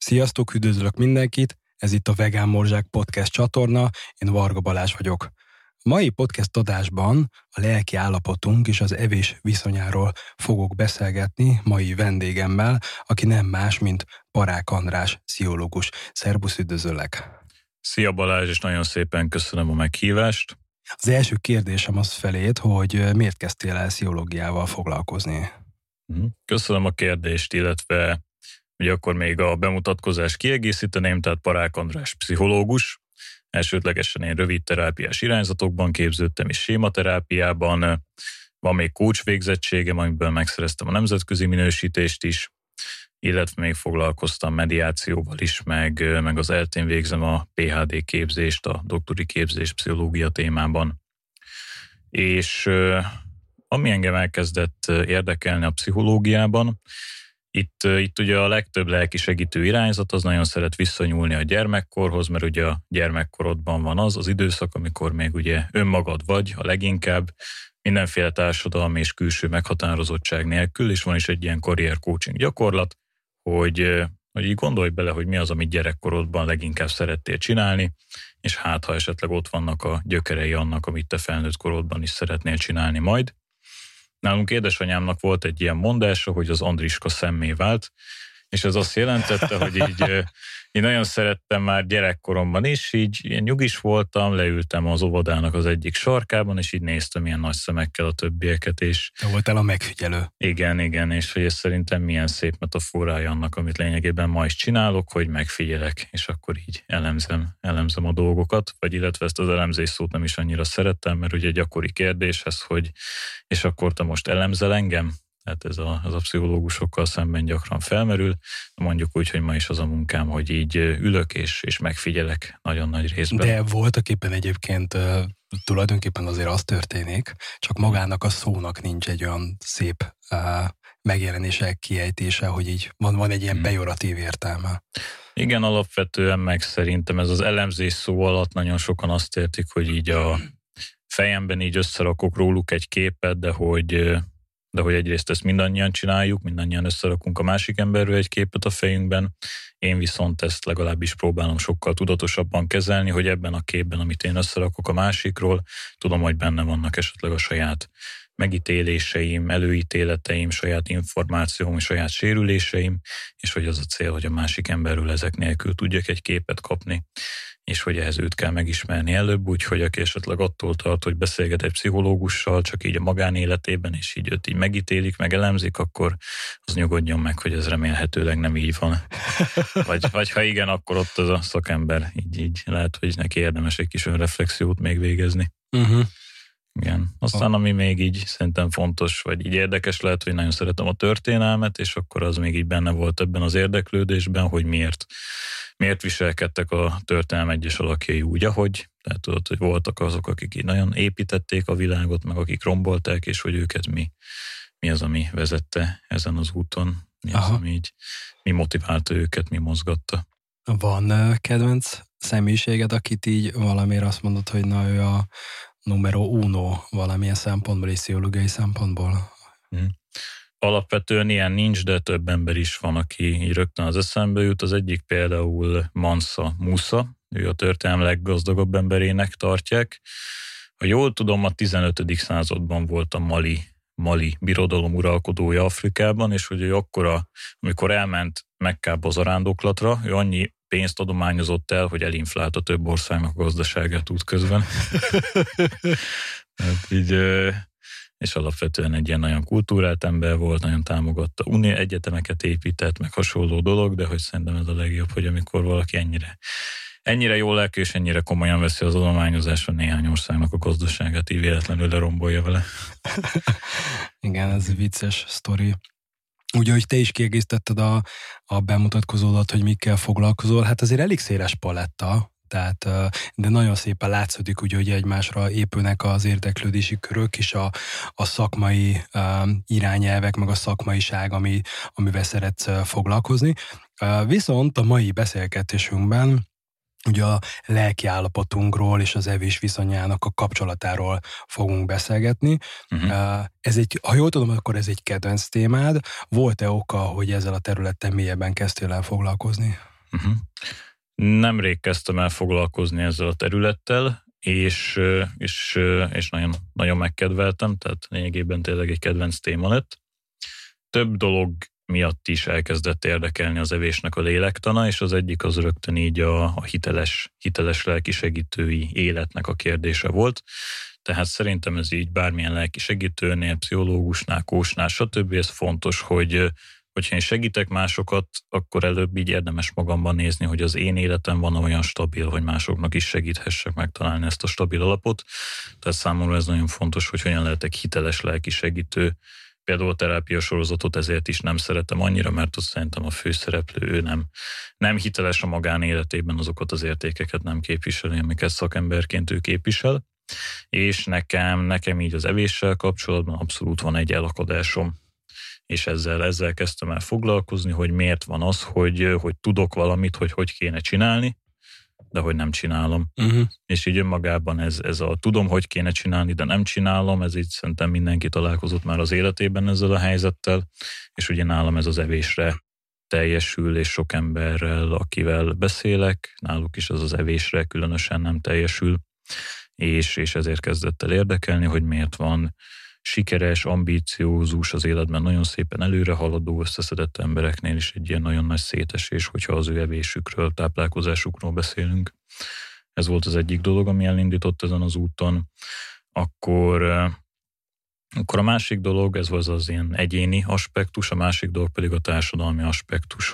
Sziasztok, üdvözlök mindenkit! Ez itt a Vegán Morzsák Podcast csatorna, én Varga Balázs vagyok. A mai podcast adásban a lelki állapotunk és az evés viszonyáról fogok beszélgetni mai vendégemmel, aki nem más, mint Parák András, pszichológus. Szerbusz, üdvözöllek! Szia Balázs, és nagyon szépen köszönöm a meghívást. Az első kérdésem az felét, hogy miért kezdtél el pszichológiával foglalkozni? Köszönöm a kérdést, illetve ugye akkor még a bemutatkozást kiegészíteném, tehát Parák András pszichológus. Elsődlegesen én rövid terápiás irányzatokban képződtem, és sématerápiában. Van még coach végzettségem, amiből megszereztem a nemzetközi minősítést is, illetve még foglalkoztam mediációval is, meg az eltén végzem a PhD képzést, a doktori képzés pszichológia témában. És ami engem elkezdett érdekelni a pszichológiában, itt ugye a legtöbb lelki segítő irányzat az nagyon szeret visszanyúlni a gyermekkorhoz, mert ugye a gyermekkorodban van az időszak, amikor még ugye önmagad vagy a leginkább, mindenféle társadalmi és külső meghatározottság nélkül, és van is egy ilyen career coaching gyakorlat, hogy így gondolj bele, hogy mi az, amit gyerekkorodban leginkább szerettél csinálni, és hát ha esetleg ott vannak a gyökerei annak, amit te felnőtt korodban is szeretnél csinálni majd. Nálunk édesanyámnak volt egy ilyen mondása, hogy az Andriska szemmé vált, és ez azt jelentette, hogy így nagyon szerettem már gyerekkoromban is, így ilyen nyugis voltam, leültem az óvodának az egyik sarkában, és így néztem ilyen nagy szemekkel a többieket, és... Te voltál a megfigyelő. Igen, és hogy ez szerintem milyen szép metaforája annak, amit lényegében ma is csinálok, hogy megfigyelek, és akkor így elemzem a dolgokat, vagy illetve ezt az elemzés szót nem is annyira szerettem, mert ugye gyakori kérdéshez, hogy és akkor te most elemzel engem? Tehát ez a pszichológusokkal szemben gyakran felmerül. Mondjuk úgy, hogy ma is az a munkám, hogy így ülök és megfigyelek nagyon nagy részben. De voltak éppen egyébként tulajdonképpen azért az történik, csak magának a szónak nincs egy olyan szép megjelenése, kiejtése, hogy így van egy ilyen pejoratív értelme. Igen, alapvetően meg szerintem ez az elemzés szó alatt nagyon sokan azt értik, hogy így a fejemben így összerakok róluk egy képet, de hogy egyrészt ezt mindannyian csináljuk, mindannyian összerakunk a másik emberről egy képet a fejünkben. Én viszont ezt legalábbis próbálom sokkal tudatosabban kezelni, hogy ebben a képben, amit én összerakok a másikról, tudom, hogy benne vannak esetleg a saját megítéléseim, előítéleteim, saját információm, saját sérüléseim, és hogy az a cél, hogy a másik emberről ezek nélkül tudjak egy képet kapni, és hogy ehhez őt kell megismerni előbb, úgyhogy aki esetleg attól tart, hogy beszélget egy pszichológussal, csak így a magánéletében, és így őt így megítélik, megelemzik, akkor az nyugodjon meg, hogy ez remélhetőleg nem így van. Vagy ha igen, akkor ott az a szakember így lehet, hogy neki érdemes egy kis önreflexiót még végezni. Igen. Aztán ami még így szerintem fontos, vagy így érdekes lehet, hogy nagyon szeretem a történelmet, és akkor az még így benne volt ebben az érdeklődésben, hogy miért viselkedtek a történelem egyes alakjai úgy, ahogy. Tehát tudod, hogy voltak azok, akik így nagyon építették a világot, meg akik rombolták, és hogy őket mi az, ami vezette ezen az úton, mi az, ami így mi motiválta őket, mi mozgatta. Van kedvenc személyiséged, akit így valamiért azt mondod, hogy na ő a numero uno valamilyen szempontból és pszichológiai szempontból? Alapvetően ilyen nincs, de több ember is van, aki így rögtön az eszembe jut. Az egyik például Mansa Musa, ő a történelem leggazdagabb emberének tartják. Ha jól tudom, a 15. században volt a Mali birodalom uralkodója Afrikában, és hogy ő akkora, amikor elment Mekkába zarándoklatra, ő annyi pénzt adományozott el, hogy elinflálta több országnak a gazdaságát útközben. Hát így, és alapvetően egy ilyen nagyon kultúrált ember volt, nagyon támogatta, egyetemeket épített, meg hasonló dolog, de hogy szerintem ez a legjobb, hogy amikor valaki ennyire jó lelkű és ennyire komolyan veszi az adományozásra néhány országnak a gazdaságát, így véletlenül lerombolja vele. Igen, ez vicces sztori. Ugye, hogy te is kiegészítetted a bemutatkozódat, hogy mikkel foglalkozol, hát azért elég széles paletta, tehát, de nagyon szépen látszódik, ugye, hogy egymásra épülnek az érdeklődési körök, és a szakmai irányelvek, meg a szakmaiság, amivel szeretsz foglalkozni. Viszont a mai beszélgetésünkben ugye a lelki állapotunkról és az evés viszonyának a kapcsolatáról fogunk beszélgetni. Ez ha jól tudom, akkor ez egy kedvenc témád. Volt-e oka, hogy ezzel a területtel mélyebben kezdtél el foglalkozni? Nemrég kezdtem el foglalkozni ezzel a területtel, és nagyon, nagyon megkedveltem, tehát lényegében tényleg egy kedvenc téma lett. Több dolog miatt is elkezdett érdekelni az evésnek a lélektana, és az egyik az rögtön így a hiteles lelki segítői életnek a kérdése volt. Tehát szerintem ez így bármilyen lelki segítőnél, pszichológusnál, kósnál, stb. Ez fontos, hogyha én segítek másokat, akkor előbb így érdemes magamban nézni, hogy az én életem van olyan stabil, hogy másoknak is segíthessek megtalálni ezt a stabil alapot. Tehát számomra ez nagyon fontos, hogy hogyan lehetek hiteles lelki segítő. Például a terápia sorozatot ezért is nem szeretem annyira, mert ott szerintem a főszereplő ő nem hiteles a magánéletében, azokat az értékeket nem képviseli, amiket szakemberként ő képvisel. És nekem így az evéssel kapcsolatban abszolút van egy elakadásom. És ezzel kezdtem el foglalkozni, hogy miért van az, hogy tudok valamit, hogy kéne csinálni, de hogy nem csinálom. És így önmagában ez a tudom, hogy kéne csinálni, de nem csinálom, ez így szerintem mindenki találkozott már az életében ezzel a helyzettel, és ugye nálam ez az evésre teljesül, és sok emberrel, akivel beszélek, náluk is ez az evésre különösen nem teljesül, és ezért kezdett el érdekelni, hogy miért van sikeres, ambíciózus, az életben nagyon szépen előre haladó, összeszedett embereknél is egy ilyen nagyon nagy szétesés, hogyha az ő evésükről, táplálkozásukról beszélünk. Ez volt az egyik dolog, ami elindított ezen az úton. Akkor a másik dolog, ez volt az ilyen egyéni aspektus, a másik dolog pedig a társadalmi aspektus,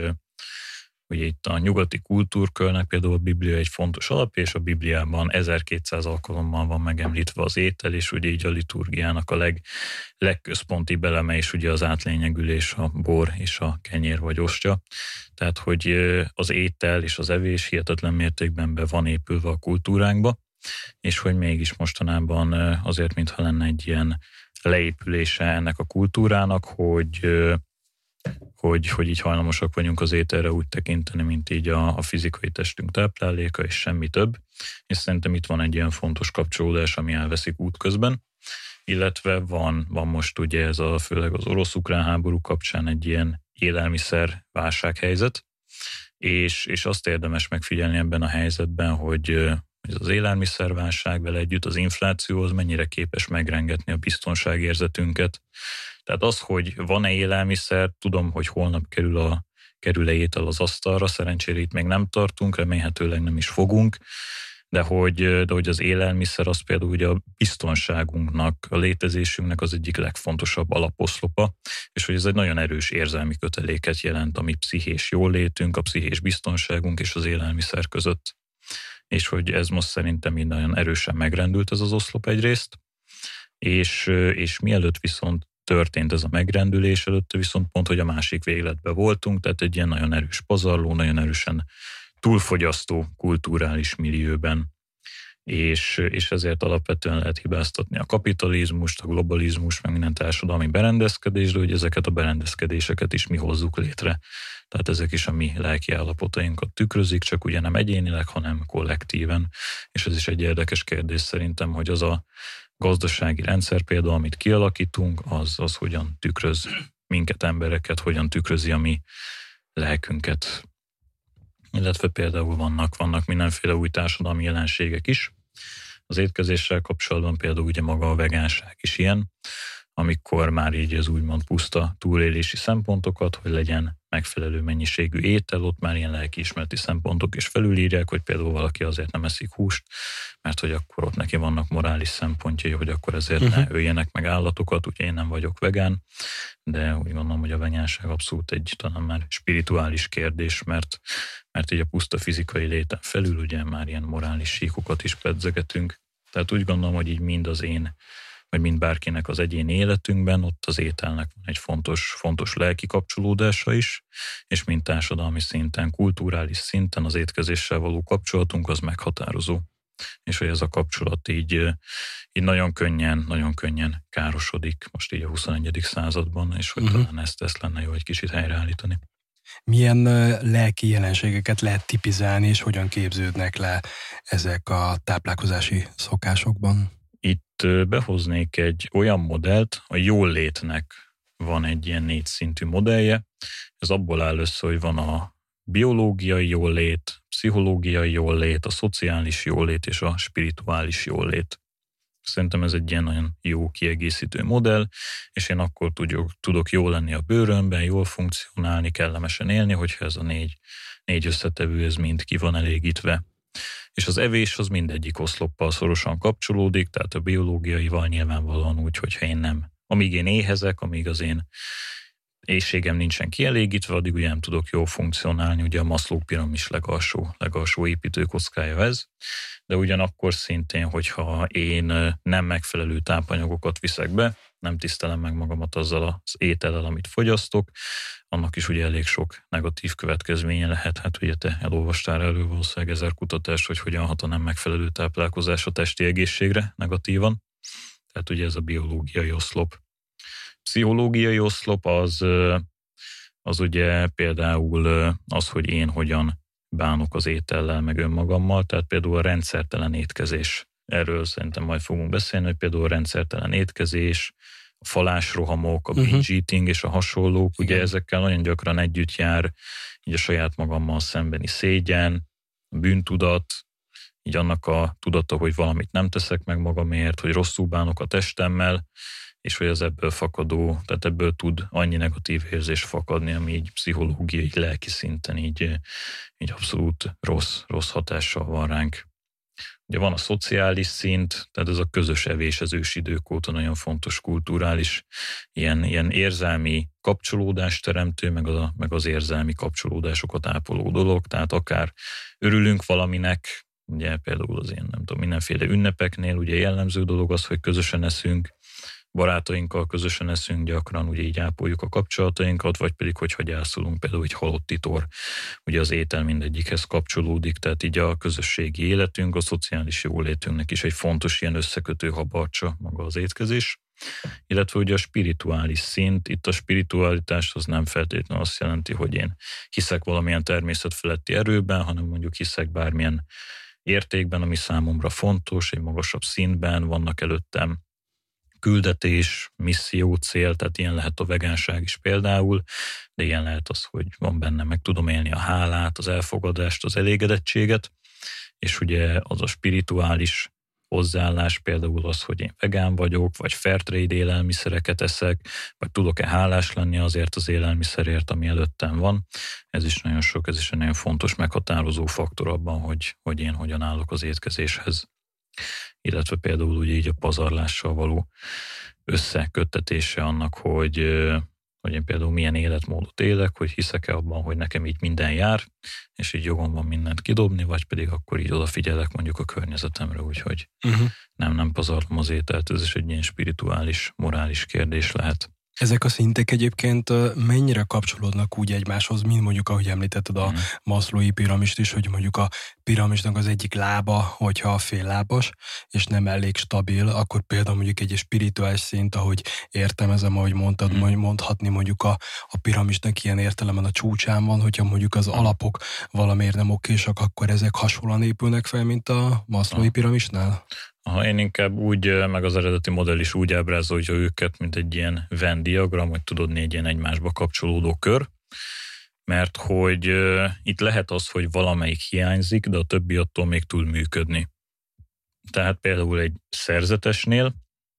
hogy itt a nyugati kultúrkörnek például a Biblia egy fontos alapja, és a Bibliában 1200 alkalommal van megemlítve az étel, és ugye így a liturgiának a legközpontibb eleme is ugye az átlényegülés, a bor és a kenyér vagy ostya. Tehát, hogy az étel és az evés hihetetlen mértékben be van épülve a kultúránkba, és hogy mégis mostanában azért, mintha lenne egy ilyen leépülése ennek a kultúrának, hogy így hajlamosak vagyunk az ételre úgy tekinteni, mint így a fizikai testünk tápláléka, és semmi több. És szerintem itt van egy ilyen fontos kapcsolódás, ami elveszik útközben. Illetve van most ugye ez főleg az orosz-ukrán háború kapcsán egy ilyen élelmiszer válsághelyzet, és azt érdemes megfigyelni ebben a helyzetben, hogy az élelmiszerválság vele együtt az infláció az mennyire képes megrengetni a biztonságérzetünket. Tehát az, hogy van-e élelmiszer, tudom, hogy holnap kerül-e étel az asztalra, szerencsére itt még nem tartunk, remélhetőleg nem is fogunk, de hogy az élelmiszer az például ugye a biztonságunknak, a létezésünknek az egyik legfontosabb alaposzlopa, és hogy ez egy nagyon erős érzelmi köteléket jelent a mi pszichés jólétünk, a pszichés biztonságunk és az élelmiszer között. És hogy ez most szerintem így nagyon erősen megrendült ez az oszlop egyrészt, és mielőtt viszont történt ez a megrendülés, előtte viszont pont, hogy a másik végletben voltunk, tehát egy ilyen nagyon erős pazarló, nagyon erősen túlfogyasztó kulturális millióben, és ezért alapvetően lehet hibáztatni a kapitalizmust, a globalizmust, meg minden társadalmi berendezkedésre, hogy ezeket a berendezkedéseket is mi hozzuk létre. Tehát ezek is a mi lelki állapotainkat tükrözik, csak ugye nem egyénileg, hanem kollektíven. És ez is egy érdekes kérdés szerintem, hogy az a gazdasági rendszer például, amit kialakítunk, az hogyan tükröz minket, embereket, hogyan tükrözi a mi lelkünket. Illetve például vannak mindenféle új társadalmi jelenségek is. Az étkezéssel kapcsolatban például ugye maga a vegánság is ilyen, amikor már így az úgymond puszta túlélési szempontokat, hogy legyen megfelelő mennyiségű étel, ott már ilyen lelkiismereti szempontok is felülírják, hogy például valaki azért nem eszik húst, mert hogy akkor ott neki vannak morális szempontjai, hogy akkor ezért ne öljenek meg állatokat, ugye én nem vagyok vegán, de úgy gondolom, hogy a vegánság abszolút egy talán már spirituális kérdés, mert így a puszta fizikai léten felül ugye már ilyen morális síkokat is pedzegetünk. Tehát úgy gondolom, hogy így mind az én, vagy mind bárkinek az egyéni életünkben, ott az ételnek van egy fontos lelki kapcsolódása is, és mind társadalmi szinten, kulturális szinten az étkezéssel való kapcsolatunk az meghatározó. És hogy ez a kapcsolat így nagyon könnyen károsodik most így a 21. században, és hogy talán ezt lenne jó egy kicsit helyreállítani. Milyen lelki jelenségeket lehet tipizálni, és hogyan képződnek le ezek a táplálkozási szokásokban? Itt behoznék egy olyan modellt, a jóllétnek van egy ilyen 4 szintű modellje. Ez abból áll össze, hogy van a biológiai jólét, pszichológiai jólét, a szociális jólét és a spirituális jólét. Szerintem ez egy ilyen nagyon jó kiegészítő modell, és én akkor tudok jól lenni a bőrömben, jól funkcionálni, kellemesen élni, hogyha ez a négy összetevő, ez mind ki van elégítve. És az evés az mindegyik oszloppal szorosan kapcsolódik, tehát a biológiaival nyilvánvalóan úgy, hogyha amíg én éhezek, amíg az én éhségem nincsen kielégítve, addig ugye nem tudok jól funkcionálni, ugye a Maslow piramis legalsó építőkockája ez, de ugyanakkor szintén, hogyha én nem megfelelő tápanyagokat viszek be, nem tisztelem meg magamat azzal az étellel, amit fogyasztok, annak is ugye elég sok negatív következménye lehet. Hát ugye te elolvastál elő valószínűleg 1000 kutatást, hogy hogyan hat a nem megfelelő táplálkozás a testi egészségre negatívan. Tehát ugye ez a biológiai oszlop. Pszichológiai oszlop az ugye például az, hogy én hogyan bánok az étellel, meg önmagammal, tehát például a rendszertelen étkezés. Erről szerintem majd fogunk beszélni, hogy például a rendszertelen étkezés, a falásrohamok, a binge eating és a hasonlók, ugye ezekkel nagyon gyakran együtt jár így a saját magammal szembeni szégyen, a bűntudat, így annak a tudata, hogy valamit nem teszek meg magamért, hogy rosszul bánok a testemmel, és hogy az ebből fakadó, tehát ebből tud annyi negatív érzés fakadni, ami így pszichológiai, lelki szinten így abszolút rossz hatással van ránk. Ugye van a szociális szint, tehát ez a közös evés az ősidők óta nagyon fontos kulturális, ilyen érzelmi kapcsolódást teremtő, meg az érzelmi kapcsolódásokat ápoló dolog, tehát akár örülünk valaminek, ugye például az mindenféle ünnepeknél ugye jellemző dolog az, hogy közösen eszünk, barátainkkal közösen eszünk gyakran, ugye így ápoljuk a kapcsolatainkat, vagy pedig, hogyha gyászolunk, például egy halott titor, ugye az étel mindegyikhez kapcsolódik, tehát így a közösségi életünk, a szociális jólétünknek is egy fontos ilyen összekötő habarcsa maga az étkezés. Illetve ugye a spirituális szint, itt a spiritualitás az nem feltétlenül azt jelenti, hogy én hiszek valamilyen természetfeletti erőben, hanem mondjuk hiszek bármilyen értékben, ami számomra fontos, egy magasabb szintben, vannak előttem küldetés, misszió, cél, tehát ilyen lehet a vegánság is például, de ilyen lehet az, hogy van benne, meg tudom élni a hálát, az elfogadást, az elégedettséget, és ugye az a spirituális hozzáállás például az, hogy én vegán vagyok, vagy fairtrade élelmiszereket eszek, vagy tudok-e hálás lenni azért az élelmiszerért, ami előttem van. Ez is nagyon sok, ez is egy nagyon fontos meghatározó faktor abban, hogy én hogyan állok az étkezéshez. Illetve például ugye így a pazarlással való összeköttetése annak, hogy én például milyen életmódot élek, hogy hiszek-e abban, hogy nekem így minden jár, és így jogom van mindent kidobni, vagy pedig akkor így odafigyelek mondjuk a környezetemre, úgyhogy nem pazarlom az ételt, ez is egy ilyen spirituális, morális kérdés lehet. Ezek a szintek egyébként mennyire kapcsolódnak úgy egymáshoz, mint mondjuk, ahogy említetted a Maslow-i piramist is, hogy mondjuk a piramisnak az egyik lába, hogyha féllábas, és nem elég stabil, akkor például mondjuk egy spirituális szint, ahogy értelmezem, ahogy mondtad, mondhatni mondjuk a piramisnak ilyen értelemben a csúcsán van, hogyha mondjuk az alapok valamiért nem okésak, akkor ezek hasonlóan épülnek fel, mint a Maslow-i piramisnál? Én inkább úgy, meg az eredeti modell is úgy ábrázolja őket, mint egy ilyen Venn diagram, hogy tudod, egy ilyen egymásba kapcsolódó kör, mert hogy itt lehet az, hogy valamelyik hiányzik, de a többi attól még tud működni. Tehát például egy szerzetesnél,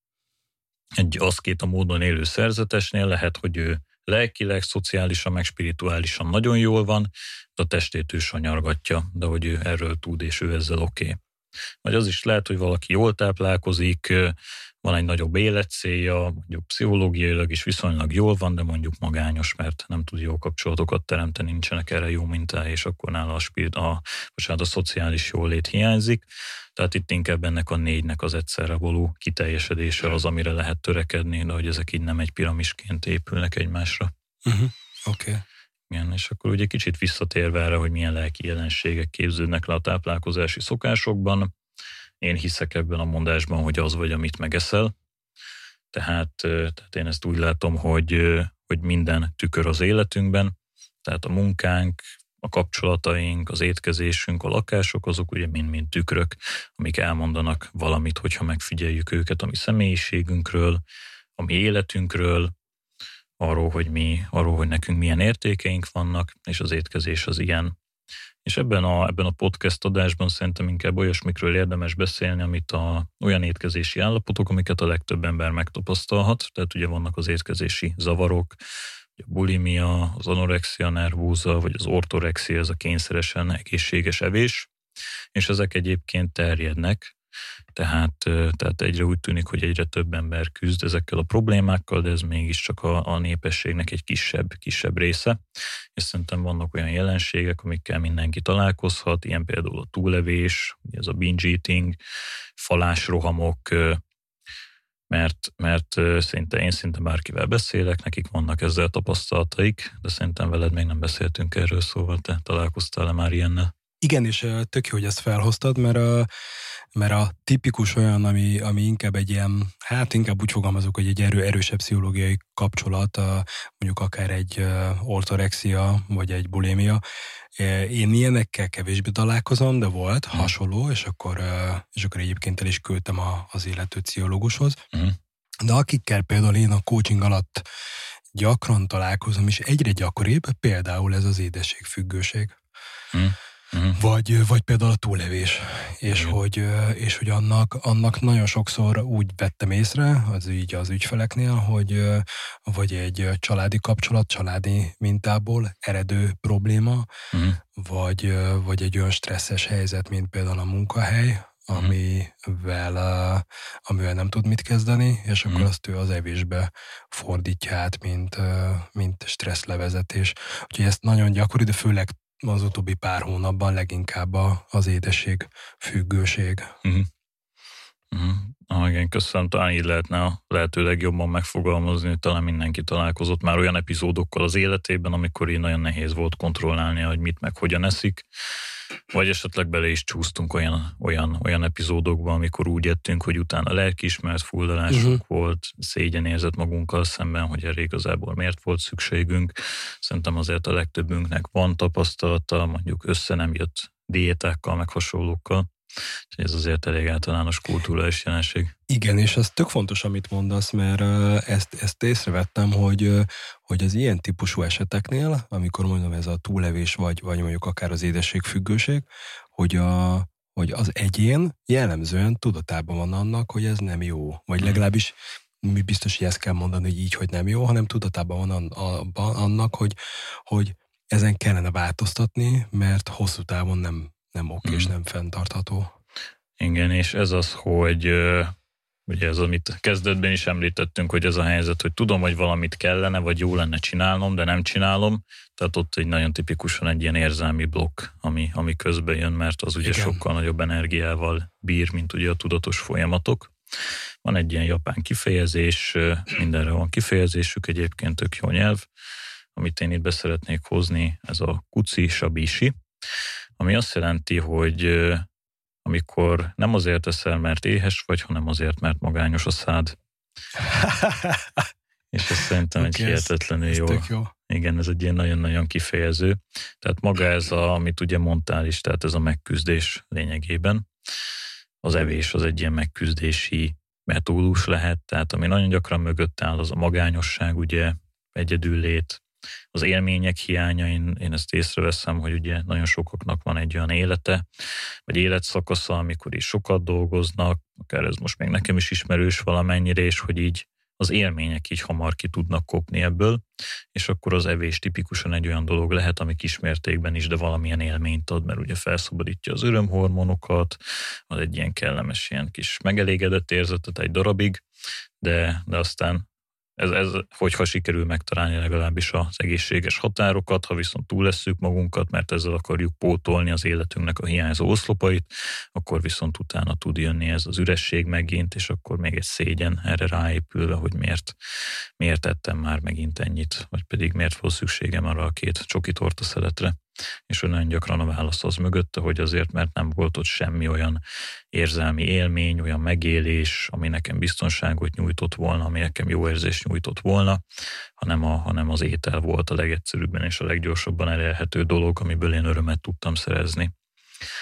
egy aszkéta módon élő szerzetesnél lehet, hogy ő lelkileg, szociálisan, meg spirituálisan nagyon jól van, de a testét ő sanyargatja, de hogy ő erről tud, és ő ezzel oké. Vagy az is lehet, hogy valaki jól táplálkozik, van egy nagyobb életcélja, mondjuk pszichológiailag is viszonylag jól van, de mondjuk magányos, mert nem tud jó kapcsolatokat teremteni, nincsenek erre jó mintái, és akkor nála a szociális jólét hiányzik. Tehát itt inkább ennek a négynek az egyszerre való kiteljesedése az, amire lehet törekedni, de hogy ezek így nem egy piramisként épülnek egymásra. Oké. Igen, és akkor ugye kicsit visszatérve erre, hogy milyen lelki jelenségek képződnek le a táplálkozási szokásokban. Én hiszek ebben a mondásban, hogy az vagy, amit megeszel. Tehát én ezt úgy látom, hogy minden tükör az életünkben. Tehát a munkánk, a kapcsolataink, az étkezésünk, a lakások, azok ugye mind-mind tükrök, amik elmondanak valamit, hogyha megfigyeljük őket a mi személyiségünkről, a mi életünkről, arról, hogy nekünk milyen értékeink vannak, és az étkezés az ilyen. És ebben a podcast adásban szerintem inkább olyasmikről érdemes beszélni, amit olyan étkezési állapotok, amiket a legtöbb ember megtapasztalhat. Tehát ugye vannak az étkezési zavarok, a bulimia, az anorexia nervóza, vagy az ortorexia, ez a kényszeresen egészséges evés, és ezek egyébként terjednek. Tehát egyre úgy tűnik, hogy egyre több ember küzd ezekkel a problémákkal, de ez mégiscsak a népességnek egy kisebb része. És szerintem vannak olyan jelenségek, amikkel mindenki találkozhat, ilyen például a túlevés, ez a binge eating, falásrohamok, mert én szinte bárkivel beszélek, nekik vannak ezzel tapasztalataik, de szerintem veled még nem beszéltünk erről, szóval te találkoztál-e már ilyennel? Igen, és tök jó, hogy ezt felhoztad, mert a tipikus olyan, ami inkább egy ilyen, hát inkább úgy fogalmazok, hogy egy erősebb pszichológiai kapcsolat, mondjuk akár egy ortorexia, vagy egy bulimia. Én ilyenekkel kevésbé találkozom, de volt hasonló, és akkor egyébként el is küldtem az illető pszichológushoz. De akikkel például én a coaching alatt gyakran találkozom, és egyre gyakoribb, például ez az édességfüggőség. Vagy például a túllevés, és hogy annak nagyon sokszor úgy vettem észre, az ügyfeleknél, hogy vagy egy családi kapcsolat, családi mintából eredő probléma, vagy egy olyan stresszes helyzet, mint például a munkahely, amivel nem tud mit kezdeni, és akkor azt ő az evésbe fordítja át, mint stresszlevezetés. Úgyhogy ezt nagyon gyakori, de főleg az utóbbi pár hónapban leginkább az édesség függőség. Igen, köszönöm, talán így lehetne a lehető legjobban megfogalmazni, hogy talán mindenki találkozott már olyan epizódokkal az életében, amikor így nagyon nehéz volt kontrollálni, hogy mit meg hogyan eszik, vagy esetleg bele is csúsztunk olyan epizódokba, amikor úgy ettünk, hogy utána lelkiismeret fuldalásunk volt, szégyenérzet magunkkal szemben, hogy erre igazából miért volt szükségünk. Szerintem azért a legtöbbünknek van tapasztalata, mondjuk össze nem jött diétákkal, meg hasonlókkal. Ez azért elég általános kulturális jelenség. Igen, és ez tök fontos, amit mondasz, mert ezt észrevettem, hogy az ilyen típusú eseteknél, amikor mondom ez a túllevés, vagy mondjuk akár az édességfüggőség, hogy az egyén jellemzően tudatában van annak, hogy ez nem jó. Vagy legalábbis mi biztos, hogy ezt kell mondani, hogy így, hogy nem jó, hanem tudatában van annak, hogy ezen kellene változtatni, mert hosszú távon nem oké és nem fenntartható. Igen, és ez az, hogy ugye ez, amit kezdetben is említettünk, hogy ez a helyzet, hogy tudom, hogy valamit kellene, vagy jó lenne csinálnom, de nem csinálom, tehát ott egy nagyon tipikusan egy ilyen érzelmi blokk, ami közbe jön, mert az ugye sokkal nagyobb energiával bír, mint ugye a tudatos folyamatok. Van egy ilyen japán kifejezés, mindenre van kifejezésük, egyébként tök jó nyelv, amit én itt be szeretnék hozni, ez a kuci shabishi, ami azt jelenti, hogy amikor nem azért eszel, mert éhes vagy, hanem azért, mert magányos a szád. És ez szerintem egy hihetetlenül jó. Igen, ez egy ilyen nagyon-nagyon kifejező. Tehát maga ez, amit ugye mondtál is, tehát ez a megküzdés lényegében. Az evés az egy ilyen megküzdési metódus lehet, tehát ami nagyon gyakran mögött áll, az a magányosság, ugye, egyedüllét, az élmények hiánya, én ezt észreveszem, hogy ugye nagyon sokaknak van egy olyan élete, vagy életszakasza, amikor is sokat dolgoznak, akár ez most még nekem is ismerős valamennyire, és hogy így az élmények így hamar ki tudnak kopni ebből, és akkor az evés tipikusan egy olyan dolog lehet, ami kismértékben is, de valamilyen élményt ad, mert ugye felszabadítja az örömhormonokat, az egy ilyen kellemes, ilyen kis megelégedett érzetet egy darabig, de aztán ez, hogyha sikerül megtalálni legalábbis az egészséges határokat, ha viszont túlesszük magunkat, mert ezzel akarjuk pótolni az életünknek a hiányzó oszlopait, akkor viszont utána tud jönni ez az üresség megint, és akkor még egy szégyen erre ráépülve, hogy miért ettem már megint ennyit, vagy pedig miért volt szükségem arra a 2 csoki torta szeletre. És nagyon gyakran a válasz az mögötte, hogy azért, mert nem volt ott semmi olyan érzelmi élmény, olyan megélés, ami nekem biztonságot nyújtott volna, ami nekem jó érzést nyújtott volna, hanem az étel volt a legegyszerűbben és a leggyorsabban elérhető dolog, amiből én örömet tudtam szerezni.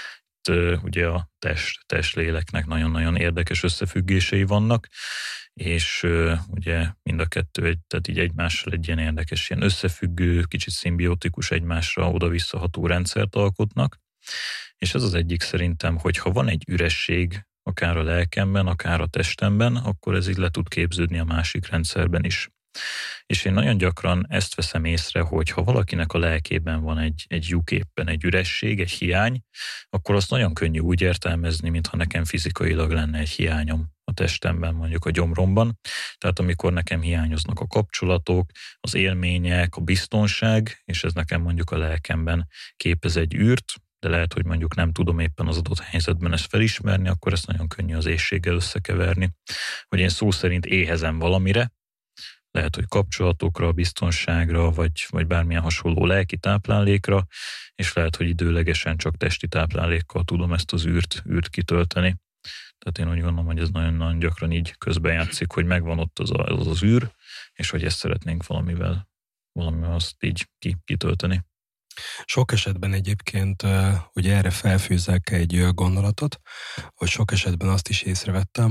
itt ugye a test-léleknek nagyon-nagyon érdekes összefüggései vannak, és ugye mind a kettő tehát így egymással egy ilyen érdekes, ilyen összefüggő, kicsit szimbiotikus, egymásra oda-visszaható rendszert alkotnak, és ez az egyik szerintem, hogy ha van egy üresség, akár a lelkemben, akár a testemben, akkor ez így le tud képződni a másik rendszerben is. És én nagyon gyakran ezt veszem észre, hogy ha valakinek a lelkében van egy lyuk éppen, egy üresség, egy hiány, akkor azt nagyon könnyű úgy értelmezni, mintha nekem fizikailag lenne egy hiányom a testemben, mondjuk a gyomromban. Tehát amikor nekem hiányoznak a kapcsolatok, az élmények, a biztonság, és ez nekem mondjuk a lelkemben képez egy űrt, de lehet, hogy mondjuk nem tudom éppen az adott helyzetben ezt felismerni, akkor ezt nagyon könnyű az éhséggel összekeverni. Hogy én szó szerint éhezem valamire, lehet, hogy kapcsolatokra, biztonságra, vagy bármilyen hasonló lelki táplálékra, és lehet, hogy időlegesen csak testi táplálékkal tudom ezt az űrt kitölteni. Tehát én úgy gondolom, hogy ez nagyon-nagyon gyakran így közbejátszik, hogy megvan ott az űr, és hogy ezt szeretnénk valamivel azt így kitölteni. Sok esetben egyébként, ugye erre felfűzzek egy gondolatot, hogy sok esetben azt is észrevettem,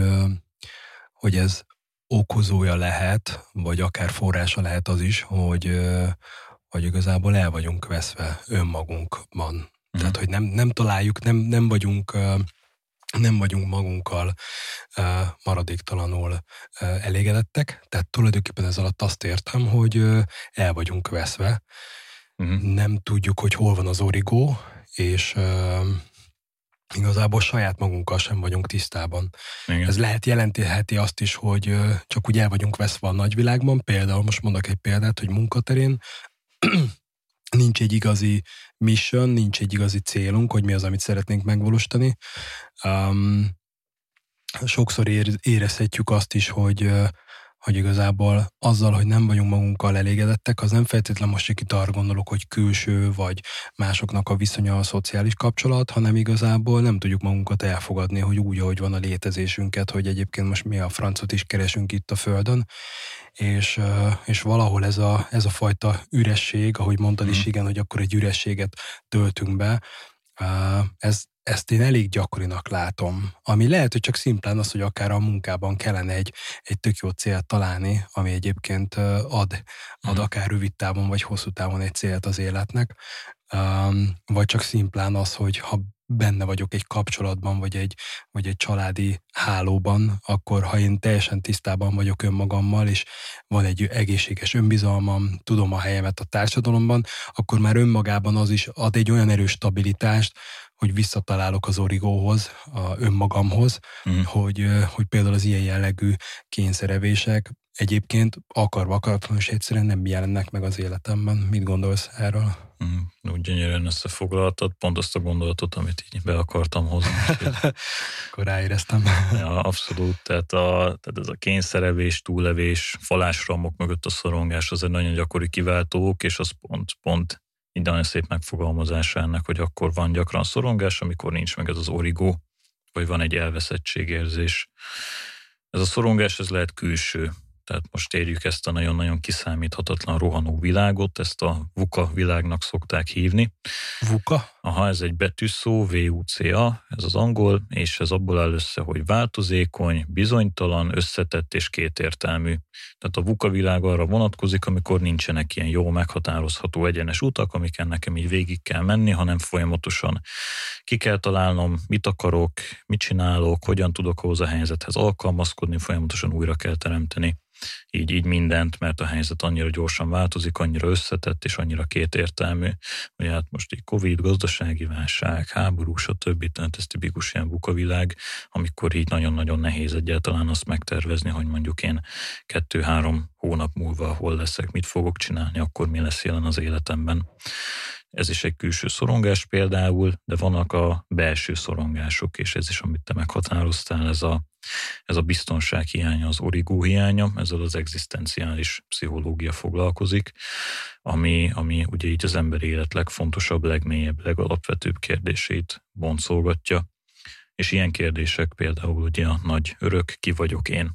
hogy ez okozója lehet, vagy akár forrása lehet az is, hogy igazából el vagyunk veszve önmagunkban. Tehát, hogy nem találjuk, nem vagyunk magunkkal maradéktalanul elégedettek. Tehát tulajdonképpen ez alatt azt értem, hogy el vagyunk veszve. Nem tudjuk, hogy hol van az origó, és igazából saját magunkkal sem vagyunk tisztában. Igen. Ez jelentheti azt is, hogy csak úgy el vagyunk veszve a nagyvilágban. Például most mondok egy példát, hogy munkaterén nincs egy igazi mission, nincs egy igazi célunk, hogy mi az, amit szeretnénk megvalósítani. Sokszor érezhetjük azt is, hogy igazából azzal, hogy nem vagyunk magunkkal elégedettek, az nem feltétlenül most itt arra gondolok, hogy külső vagy másoknak a viszonya a szociális kapcsolat, hanem igazából nem tudjuk magunkat elfogadni, hogy úgy, ahogy van a létezésünket, hogy egyébként most mi a francot is keresünk itt a Földön, és valahol ez a fajta üresség, ahogy mondtad is, igen, hogy akkor egy ürességet töltünk be, ezt én elég gyakorinak látom. Ami lehet, hogy csak szimplán az, hogy akár a munkában kellene egy tök jó célt találni, ami egyébként ad akár rövid távon vagy hosszú távon egy célt az életnek, vagy csak szimplán az, hogy ha benne vagyok egy kapcsolatban, vagy egy családi hálóban, akkor ha én teljesen tisztában vagyok önmagammal, és van egy egészséges önbizalmam, tudom a helyemet a társadalomban, akkor már önmagában az is ad egy olyan erős stabilitást, hogy visszatalálok az origóhoz, önmagamhoz, hogy például az ilyen jellegű kényszerevések egyébként akaratlanul és egyszerűen nem jelennek meg az életemben. Mit gondolsz erről? Úgy gyönyörűen összefoglaltad pont azt a gondolatot, amit így be akartam hozni. Akkor ráéreztem. Ja, abszolút. Tehát ez a kényszerevés, túllevés, falásramok mögött a szorongás, az egy nagyon gyakori kiváltók, és az pont így nagyon szép megfogalmazása ennek, hogy akkor van gyakran szorongás, amikor nincs meg ez az origó, vagy van egy elveszettségérzés. Ez a szorongás, ez lehet külső. Tehát most érjük ezt a nagyon-nagyon kiszámíthatatlan rohanó világot, ezt a VUCA világnak szokták hívni. VUCA? Aha, ez egy betűszó, VUCA, ez az angol, és ez abból áll össze, hogy változékony, bizonytalan, összetett és kétértelmű. Tehát a VUCA világ arra vonatkozik, amikor nincsenek ilyen jó meghatározható egyenes utak, amiken nekem így végig kell menni, hanem folyamatosan ki kell találnom, mit akarok, mit csinálok, hogyan tudok ahhoz a helyzethez alkalmazkodni, folyamatosan újra kell teremteni. Így mindent, mert a helyzet annyira gyorsan változik, annyira összetett és annyira kétértelmű, hogy hát most így Covid, gazdasági válság, háború, stb. Tehát ez tipikus ilyen VUCA világ, amikor így nagyon-nagyon nehéz egyáltalán azt megtervezni, hogy mondjuk én 2-3 hónap múlva hol leszek, mit fogok csinálni, akkor mi lesz jelen az életemben. Ez is egy külső szorongás például, de vannak a belső szorongások, és ez is, amit te meghatároztál, ez a biztonság hiánya, az origó hiánya, ezzel az egzisztenciális pszichológia foglalkozik, ami ugye így az emberi élet legfontosabb, legmélyebb, legalapvetőbb kérdését boncolgatja. És ilyen kérdések például ugye a nagy örök, ki vagyok én?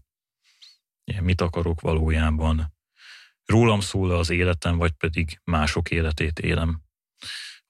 Mit akarok valójában? Rólam szól az életem, vagy pedig mások életét élem?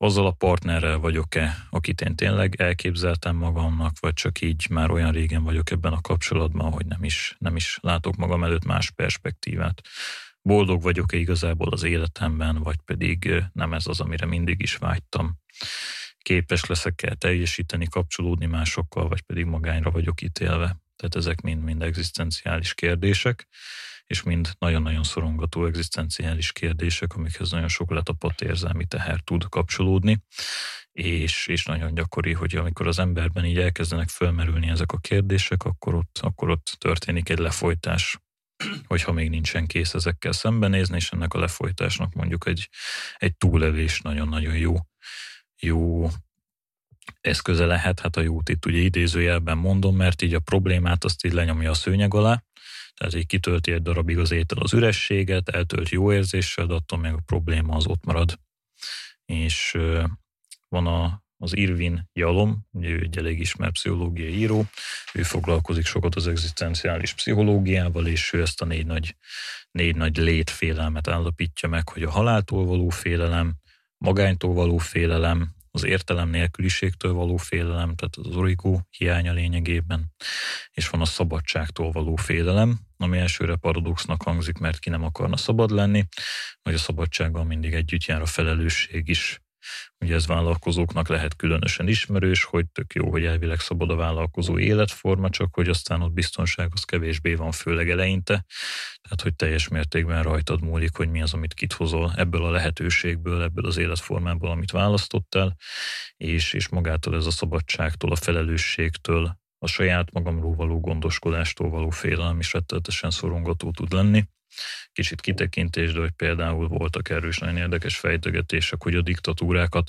azzal a partnerrel vagyok-e, akit én tényleg elképzeltem magamnak, vagy csak így már olyan régen vagyok ebben a kapcsolatban, hogy nem is látok magam előtt más perspektívát. Boldog vagyok-e igazából az életemben, vagy pedig nem ez az, amire mindig is vágytam. Képes leszek-e teljesíteni, kapcsolódni másokkal, vagy pedig magányra vagyok ítélve. Tehát ezek mind egzisztenciális kérdések, és mind nagyon-nagyon szorongató egzisztenciális kérdések, amikhez nagyon sok letapadt érzelmi teher tud kapcsolódni, és nagyon gyakori, hogy amikor az emberben így elkezdenek fölmerülni ezek a kérdések, akkor ott történik egy lefolytás, hogyha még nincsen kész ezekkel szembenézni, és ennek a lefolytásnak mondjuk egy túlélés nagyon-nagyon jó eszköze lehet. Hát a jót itt ugye idézőjelben mondom, mert így a problémát azt így lenyomja a szőnyeg alá, tehát így kitölti egy darabig az étel az ürességet, eltölt jó érzéssel, de attól még a probléma az ott marad. És van az Irvin Yalom, ugye ő egy elég ismert pszichológiai író, ő foglalkozik sokat az egzisztenciális pszichológiával, és ő ezt a négy nagy létfélelmet állapítja meg, hogy a haláltól való félelem, magánytól való félelem, az értelem nélküliségtől való félelem, tehát az origó hiánya lényegében, és van a szabadságtól való félelem, ami elsőre paradoxnak hangzik, mert ki nem akarna szabad lenni, vagy a szabadsággal mindig együtt jár a felelősség is. Ugye ez vállalkozóknak lehet különösen ismerős, hogy tök jó, hogy elvileg szabad a vállalkozó életforma, csak hogy aztán ott biztonság az kevésbé van, főleg eleinte. Tehát, hogy teljes mértékben rajtad múlik, hogy mi az, amit kithozol ebből a lehetőségből, ebből az életformából, amit választottál, és magától ez a szabadságtól, a felelősségtől, a saját magamról való gondoskodástól való félelem is rettenetesen szorongató tud lenni. Kicsit kitekintés, de hogy például voltak erről is nagyon érdekes fejtegetések, hogy a diktatúrákat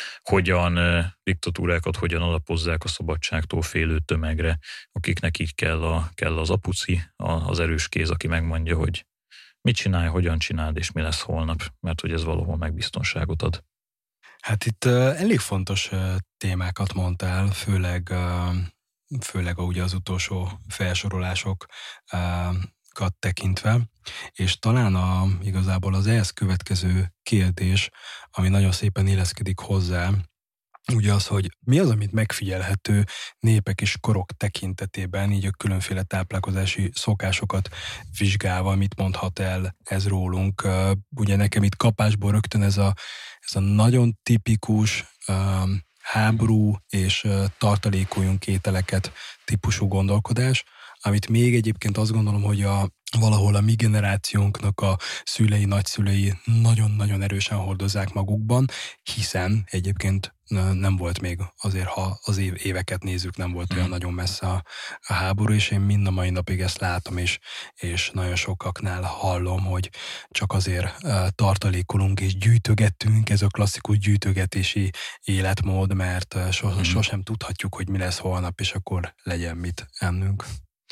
hogyan alapozzák a szabadságtól félő tömegre, akiknek így kell az apuci, az erős kéz, aki megmondja, hogy mit csinálj, hogyan csináld, és mi lesz holnap, mert hogy ez valahol megbiztonságot ad. Hát itt elég fontos témákat mondtál, főleg ugye az utolsó felsorolásokat tekintve, és talán igazából az ehhez következő kérdés, ami nagyon szépen illeszkedik hozzá, ugye az, hogy mi az, amit megfigyelhető népek és korok tekintetében, így a különféle táplálkozási szokásokat vizsgálva, mit mondhat el ez rólunk. Ugye nekem itt kapásból rögtön ez a nagyon tipikus háború és tartalékoljunk ételeket típusú gondolkodás, amit még egyébként azt gondolom, hogy valahol a mi generációnknak a szülei, nagyszülei nagyon-nagyon erősen hordozzák magukban, hiszen egyébként nem volt még, azért ha az éveket nézzük, nem volt olyan nagyon messze a háború, és én mind a mai napig ezt látom, és nagyon sokaknál hallom, hogy csak azért tartalékolunk és gyűjtögettünk, ez a klasszikus gyűjtögetési életmód, mert sosem tudhatjuk, hogy mi lesz holnap, és akkor legyen mit ennünk.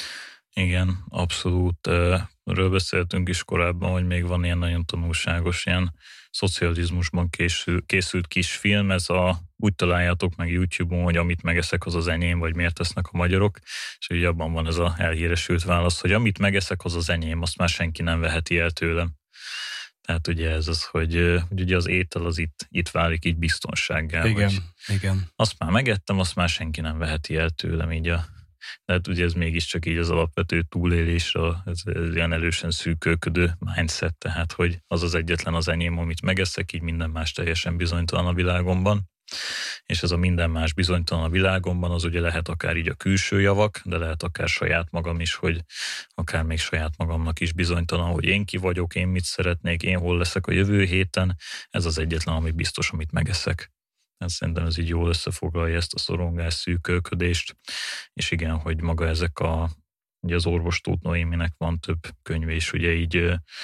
Igen, abszolút. Erről beszéltünk is korábban, hogy még van ilyen nagyon tanulságos, ilyen szocializmusban készült kis film, úgy találjátok meg YouTube-on, hogy amit megeszek, az az enyém, vagy miért tesznek a magyarok, és ugye abban van ez az elhíresült válasz, hogy amit megeszek, az az enyém, azt már senki nem veheti el tőlem. Tehát ugye ez az, hogy ugye az étel az itt válik így biztonsággá. Igen. Azt már megettem, azt már senki nem veheti el tőlem, így de hát ugye ez mégiscsak így az alapvető túlélésre, ez ilyen erősen szűkölködő mindset, tehát hogy az egyetlen az enyém, amit megeszek, így minden más teljesen bizonytalan a világomban. És ez a minden más bizonytalan a világomban, az ugye lehet akár így a külső javak, de lehet akár saját magam is, hogy akár még saját magamnak is bizonytalan, hogy én ki vagyok, én mit szeretnék, én hol leszek a jövő héten, ez az egyetlen, ami biztos, amit megeszek. Szerintem ez így jól összefoglalja ezt a szorongás, szűkölködést, és igen, hogy maga ugye az orvos Tóth Noéminek van több könyve is, ugye így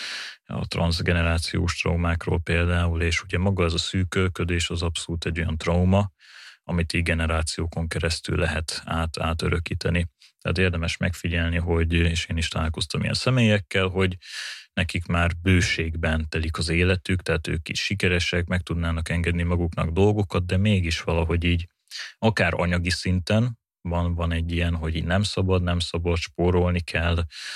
a transzgenerációs traumákról például, és ugye maga ez a szűkölködés az abszolút egy olyan trauma, amit így generációkon keresztül lehet átörökíteni. Tehát érdemes megfigyelni, és én is találkoztam ilyen személyekkel, hogy nekik már bőségben telik az életük, tehát ők is sikeresek, meg tudnának engedni maguknak dolgokat, de mégis valahogy így, akár anyagi szinten van egy ilyen, hogy így nem szabad, spórolni kell,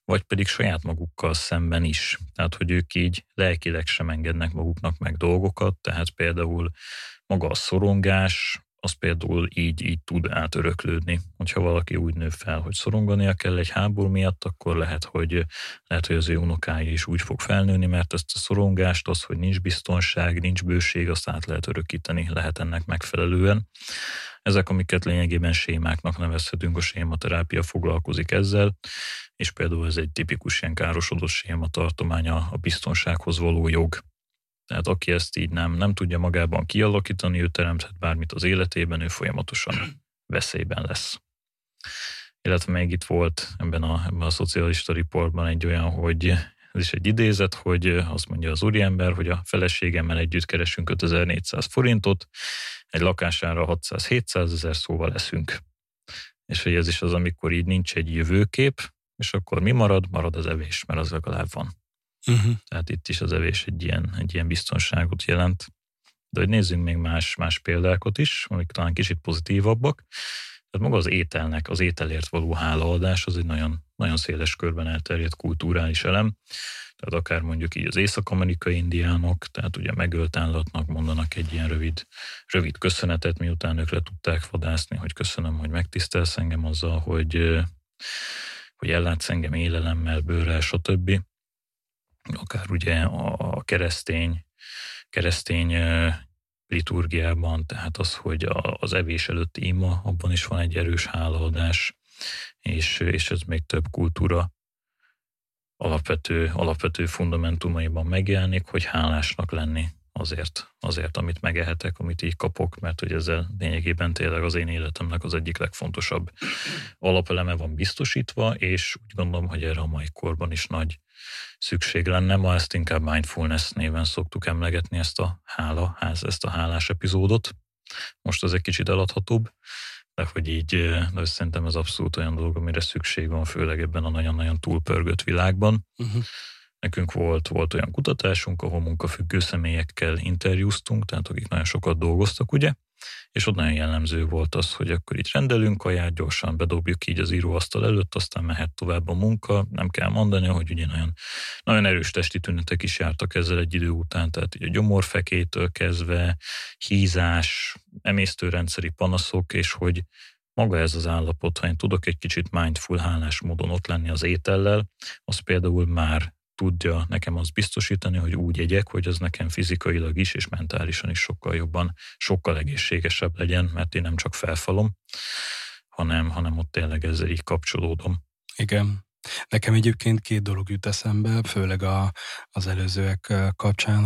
vagy pedig saját magukkal szemben is. Tehát, hogy ők így lelkileg sem engednek maguknak meg dolgokat, tehát például maga a szorongás, az például így tud átöröklődni. Hogyha valaki úgy nő fel, hogy szorongania kell egy háború miatt, akkor lehet, hogy az ő unokái is úgy fog felnőni, mert ezt a szorongást, az, hogy nincs biztonság, nincs bőség, azt át lehet örökíteni, lehet ennek megfelelően. Ezek, amiket lényegében sémáknak nevezhetünk, a sématerápia foglalkozik ezzel, és például ez egy tipikus ilyen károsodott sématartománya, a biztonsághoz való jog. Tehát aki ezt így nem tudja magában kialakítani, ő teremthet bármit az életében, ő folyamatosan veszélyben lesz. Illetve még itt volt ebben a szocialista riportban egy olyan, hogy ez is egy idézet, hogy azt mondja az úriember, hogy a feleségemmel együtt keresünk 5400 forintot, egy lakására 600-700 ezer, szóval leszünk. És hogy ez is az, amikor így nincs egy jövőkép, és akkor mi marad? Marad az evés, mert az legalább van. Uh-huh. Tehát itt is az evés egy ilyen biztonságot jelent. De hogy nézzünk még más példákat is, amik talán kicsit pozitívabbak. Tehát maga az ételnek, az ételért való hálaadás, az egy nagyon, nagyon széles körben elterjedt kulturális elem. Tehát akár mondjuk így az észak-amerikai indiánok, tehát ugye megölt állatnak mondanak egy ilyen rövid köszönetet, miután ők le tudták vadászni, hogy köszönöm, hogy megtisztelsz engem azzal, hogy ellátsz engem élelemmel, bőrrel, stb. Akár ugye a keresztény liturgiában, tehát az, hogy az evés előtti ima, abban is van egy erős hálaadás, és ez még több kultúra alapvető fundamentumaiban megjelenik, hogy hálásnak lenni azért, amit megehetek, amit így kapok, mert hogy ezzel lényegében tényleg az én életemnek az egyik legfontosabb alapeleme van biztosítva, és úgy gondolom, hogy erre a mai korban is nagy szükség lenne. Ma ezt inkább mindfulness néven szoktuk emlegetni, ezt a hálás epizódot. Most ez egy kicsit eladhatóbb, de hogy így, de szerintem ez abszolút olyan dolog, amire szükség van, főleg ebben a nagyon-nagyon túlpörgött világban. Uh-huh. Nekünk volt olyan kutatásunk, ahol munkafüggő személyekkel interjúztunk, tehát akik nagyon sokat dolgoztak, ugye? És ott nagyon jellemző volt az, hogy akkor itt rendelünk kaját, gyorsan bedobjuk így az íróasztal előtt, aztán mehet tovább a munka. Nem kell mondani, hogy ugye nagyon, nagyon erős testi tünetek is jártak ezzel egy idő után, tehát így a gyomorfekétől kezdve, hízás, emésztőrendszeri panaszok, és hogy maga ez az állapot, ha én tudok egy kicsit mindful, hálás módon ott lenni az étellel, az például már tudja nekem azt biztosítani, hogy úgy egyek, hogy az nekem fizikailag is és mentálisan is sokkal jobban, sokkal egészségesebb legyen, mert én nem csak felfalom, hanem ott tényleg ezzel így kapcsolódom. Igen. Nekem egyébként 2 dolog jut eszembe, főleg az előzőek kapcsán,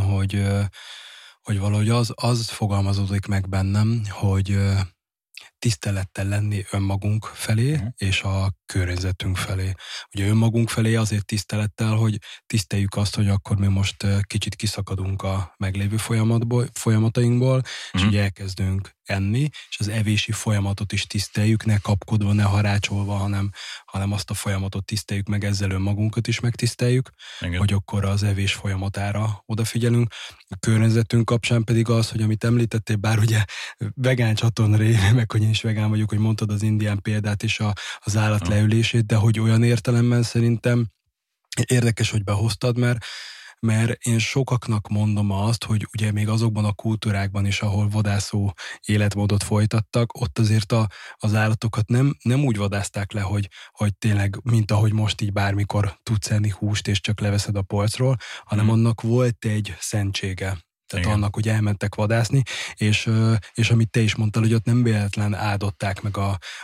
hogy valahogy az fogalmazódik meg bennem, hogy tisztelettel lenni önmagunk felé, és a környezetünk felé. Ugye önmagunk felé azért tisztelettel, hogy tiszteljük azt, hogy akkor mi most kicsit kiszakadunk a meglévő folyamatainkból, és ugye elkezdünk enni, és az evési folyamatot is tiszteljük, ne kapkodva, ne harácsolva, hanem azt a folyamatot tiszteljük meg, ezzel önmagunkat is megtiszteljük, igen, hogy akkor az evés folyamatára odafigyelünk. A környezetünk kapcsán pedig az, hogy amit említettél, bár ugye vegán csatorna révén, meg hogy én is vegán vagyok, hogy mondtad az indián példát és az állat leülését, de hogy olyan értelemben szerintem érdekes, hogy behoztad, mert én sokaknak mondom azt, hogy ugye még azokban a kultúrákban is, ahol vadászó életmódot folytattak, ott azért az állatokat nem úgy vadázták le, hogy tényleg, mint ahogy most így bármikor tudsz enni húst, és csak leveszed a polcról, hanem annak volt egy szentsége. Tehát igen, annak, hogy elmentek vadászni, és amit te is mondtál, hogy ott nem véletlen áldották meg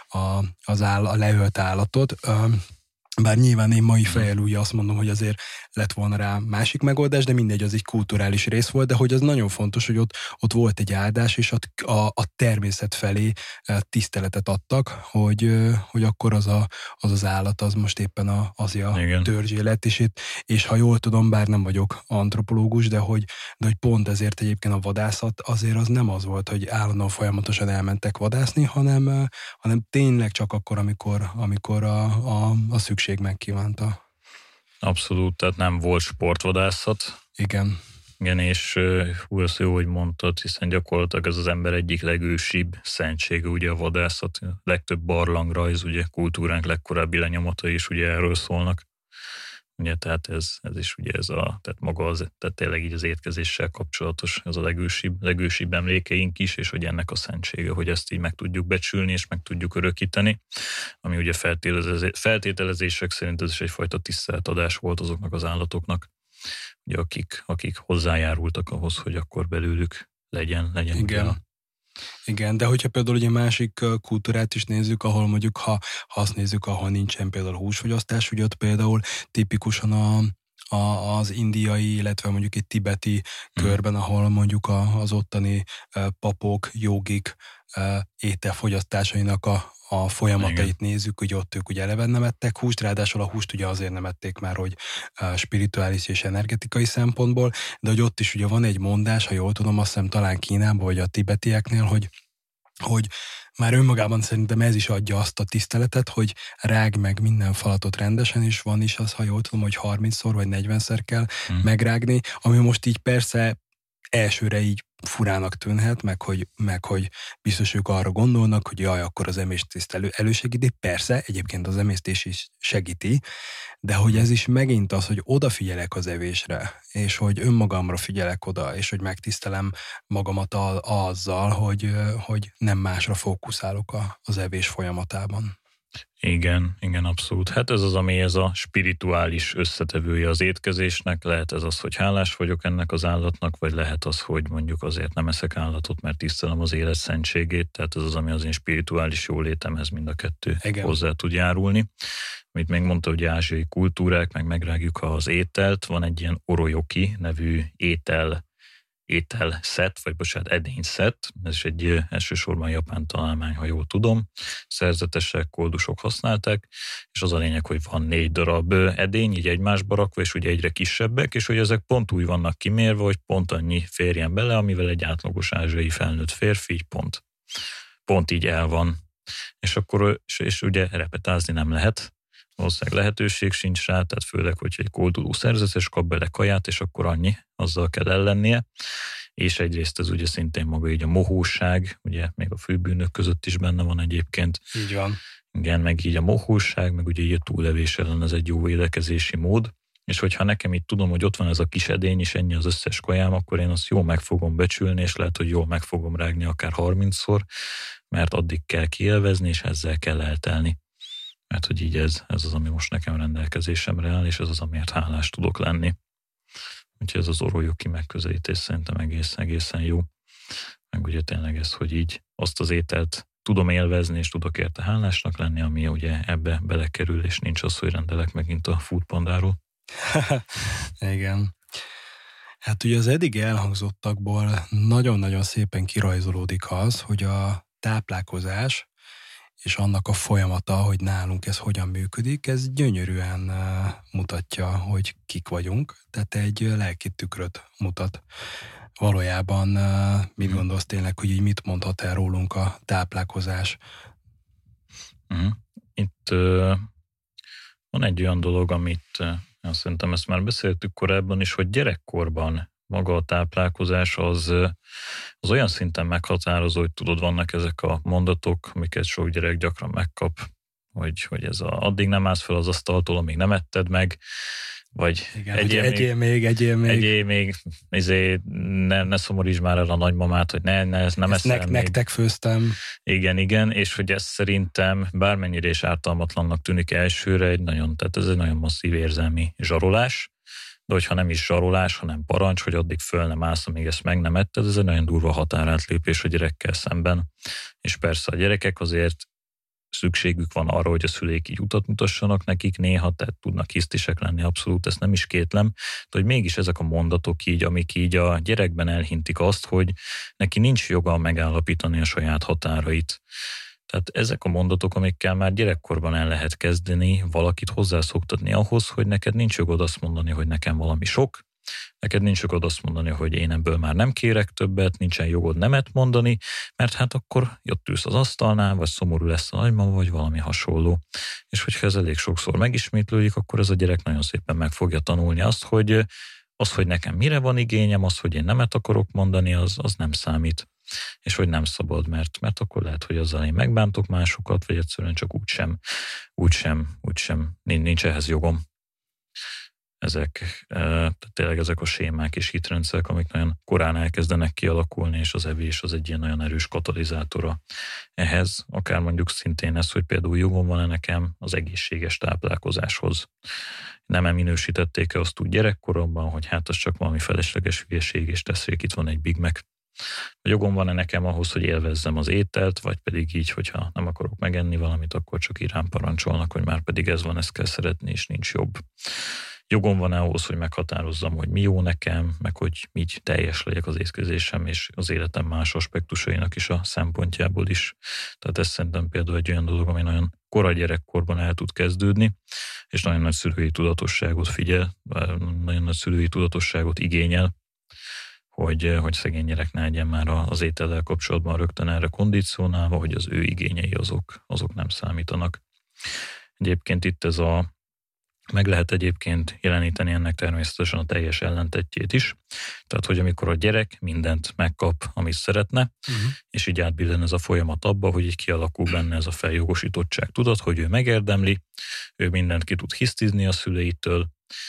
a leölt állatot, bár nyilván én mai fejjel úgy azt mondom, hogy azért lett volna rá másik megoldás, de mindegy, az egy kulturális rész volt, de hogy az nagyon fontos, hogy ott volt egy áldás, és a természet felé tiszteletet adtak, hogy akkor az állat az most éppen az Ázsia törzsé lett, és ha jól tudom, bár nem vagyok antropológus, de hogy pont ezért egyébként a vadászat azért az nem az volt, hogy állandóan folyamatosan elmentek vadászni, hanem tényleg csak akkor, amikor a szükség megkívánta. Abszolút, tehát nem volt sportvadászat. Igen. Igen, és az jó, hogy mondtad, hiszen gyakorlatilag ez az ember egyik legősibb szentsége, ugye a vadászat. A legtöbb barlangrajz, ugye kultúránk legkorábbi lenyomatai is ugye erről szólnak. Ugye, tehát ez is ugye tehát maga tehát tényleg így az étkezéssel kapcsolatos, ez a legősibb emlékeink is, és hogy ennek a szentsége, hogy ezt így meg tudjuk becsülni, és meg tudjuk örökíteni, ami ugye feltételezések szerint ez is egyfajta tiszteletadás volt azoknak az állatoknak, ugye, akik hozzájárultak ahhoz, hogy akkor belőlük legyen. Igen. Igen, de hogyha például ugye másik kultúrát is nézzük, ahol mondjuk, ha azt nézzük, ahol nincsen például húsfogyasztás, ugye ott például tipikusan az indiai, illetve mondjuk egy tibeti körben, ahol mondjuk az ottani papok, jogik ételfogyasztásainak a folyamatait nézzük, hogy ott ők ugye eleve nem ettek húst, ráadásul a húst ugye azért nem ették már, hogy spirituális és energetikai szempontból, de hogy ott is ugye van egy mondás, ha jól tudom, azt hiszem talán Kínában, vagy a tibetieknél, hogy már önmagában szerintem ez is adja azt a tiszteletet, hogy rág meg minden falatot rendesen, és van is az, ha jól tudom, hogy 30-szor vagy 40-szer kell megrágni, ami most így persze elsőre így furának tűnhet, meg hogy biztos ők arra gondolnak, hogy jaj, akkor az emésztést elősegíti. Persze, egyébként az emésztés is segíti, de hogy ez is megint az, hogy odafigyelek az evésre, és hogy önmagamra figyelek oda, és hogy megtisztelem magamat azzal, hogy nem másra fókuszálok az evés folyamatában. Igen, abszolút. Hát ez az, ami ez a spirituális összetevője az étkezésnek. Lehet ez az, hogy hálás vagyok ennek az állatnak, vagy lehet az, hogy mondjuk azért nem eszek állatot, mert tisztelem az élet szentségét. Tehát ez az, ami az én spirituális jólétemhez mind a kettő hozzá tud járulni. Amit még mondta, hogy ázsiai kultúrák, meg megrágjuk az ételt. Van egy ilyen orojoki nevű ételszett, vagy edényszett, ez is egy elsősorban japán találmány, ha jól tudom, szerzetesek, koldusok használták, és az a lényeg, hogy van 4 darab edény, így egymásba rakva, és ugye egyre kisebbek, és hogy ezek pont úgy vannak kimérve, hogy pont annyi férjen bele, amivel egy átlagos ázsiai felnőtt férfi így pont így el van. És akkor, és ugye repetázni nem lehet, valószínűleg lehetőség sincs rá, tehát főleg, hogy egy kolduló szerzetes kap bele kaját, és akkor annyi, azzal kell ellennie. És egyrészt ez ugye szintén maga így a mohóság, ugye még a főbűnök között is benne van egyébként. Így van. Igen, meg így a mohóság, meg ugye így a túllevés ellen ez egy jó védekezési mód. És hogyha nekem itt tudom, hogy ott van ez a kis edény, és ennyi az összes kajám, akkor én azt jól meg fogom becsülni, és lehet, hogy jól meg fogom rágni akár 30-szor, mert addig kell kielvezni, és ezzel kell eltelni. Mert hogy így ez az, ami most nekem rendelkezésemre áll, és ez az, amiért hálás tudok lenni. Úgyhogy ez az orojoki megközelítés szerintem egészen jó. Meg ugye tényleg ez, hogy így azt az ételt tudom élvezni, és tudok érte hálásnak lenni, ami ugye ebbe belekerül, és nincs az, hogy rendelek megint a Foodpandáról. Igen. Hát ugye az eddig elhangzottakból nagyon-nagyon szépen kirajzolódik az, hogy a táplálkozás és annak a folyamata, hogy nálunk ez hogyan működik, ez gyönyörűen mutatja, hogy kik vagyunk, tehát egy lelki tükröt mutat. Valójában mit gondolsz tényleg, hogy így mit mondhat el rólunk a táplálkozás? Itt van egy olyan dolog, amit szerintem ezt már beszéltük korábban is, hogy gyerekkorban maga a táplálkozás az olyan szinten meghatározó, hogy tudod, vannak ezek a mondatok, amiket sok gyerek gyakran megkap, hogy ez addig nem állsz fel az asztaltól, amíg nem etted meg, vagy igen, egyél még, ne szomorítsd már el a nagymamát, hogy nem eszem nektek főztem. Igen, és hogy ez szerintem bármennyire is ártalmatlannak tűnik elsőre, tehát ez egy nagyon masszív érzelmi zsarolás, de hogyha nem is zsarolás, hanem parancs, hogy addig föl nem állsz, amíg ezt meg nem etted, ez egy nagyon durva határátlépés a gyerekkel szemben. És persze a gyerekek azért szükségük van arra, hogy a szüleik így utat mutassanak nekik néha, tehát tudnak hisztisek lenni, abszolút, ezt nem is kétlem, de hogy mégis ezek a mondatok így, amik így a gyerekben elhintik azt, hogy neki nincs joga megállapítani a saját határait. Tehát ezek a mondatok, amikkel már gyerekkorban el lehet kezdeni valakit hozzászoktatni ahhoz, hogy neked nincs jogod azt mondani, hogy nekem valami sok, neked nincs jogod azt mondani, hogy én ebből már nem kérek többet, nincsen jogod nemet mondani, mert hát akkor jött ülsz az asztalnál, vagy szomorú lesz a nagymama, vagy valami hasonló. És hogyha ez elég sokszor megismétlődik, akkor ez a gyerek nagyon szépen meg fogja tanulni azt, hogy nekem mire van igényem, az, hogy én nemet akarok mondani, az nem számít. És hogy nem szabad, mert akkor lehet, hogy azzal én megbántok másokat, vagy egyszerűen csak úgysem nincs ehhez jogom. tényleg ezek a sémák és hitrendszerek, amik nagyon korán elkezdenek kialakulni, és az evés az egy ilyen nagyon erős katalizátora ehhez. Akár mondjuk szintén ez, hogy például jogom van-e nekem az egészséges táplálkozáshoz. Nem minősítették-e azt úgy gyerekkoromban, hogy hát az csak valami felesleges hülyeség, és tessék, itt van egy Big Mac. Jogom van-e nekem ahhoz, hogy élvezzem az ételt, vagy pedig így, hogyha nem akarok megenni valamit, akkor csak irán parancsolnak, hogy már pedig ez van, ezt kell szeretni, és nincs jobb. Jogom van ahhoz, hogy meghatározzam, hogy mi jó nekem, meg hogy így teljes legyek az étkezésem, és az életem más aspektusainak is a szempontjából is. Tehát ez szerintem például egy olyan dolog, ami nagyon korai gyerekkorban el tud kezdődni, és nagyon nagy szülői tudatosságot nagyon nagy szülői tudatosságot igényel, hogy szegény gyerek ne legyen már az étellel kapcsolatban rögtön erre kondicionálva, hogy az ő igényei azok nem számítanak. Egyébként itt meg lehet egyébként jeleníteni ennek természetesen a teljes ellentettjét is. Tehát, hogy amikor a gyerek mindent megkap, amit szeretne, és így átbillen ez a folyamat abba, hogy így kialakul benne ez a feljogosítottság tudat, hogy ő megérdemli, ő mindent ki tud hisztizni a szüleitől,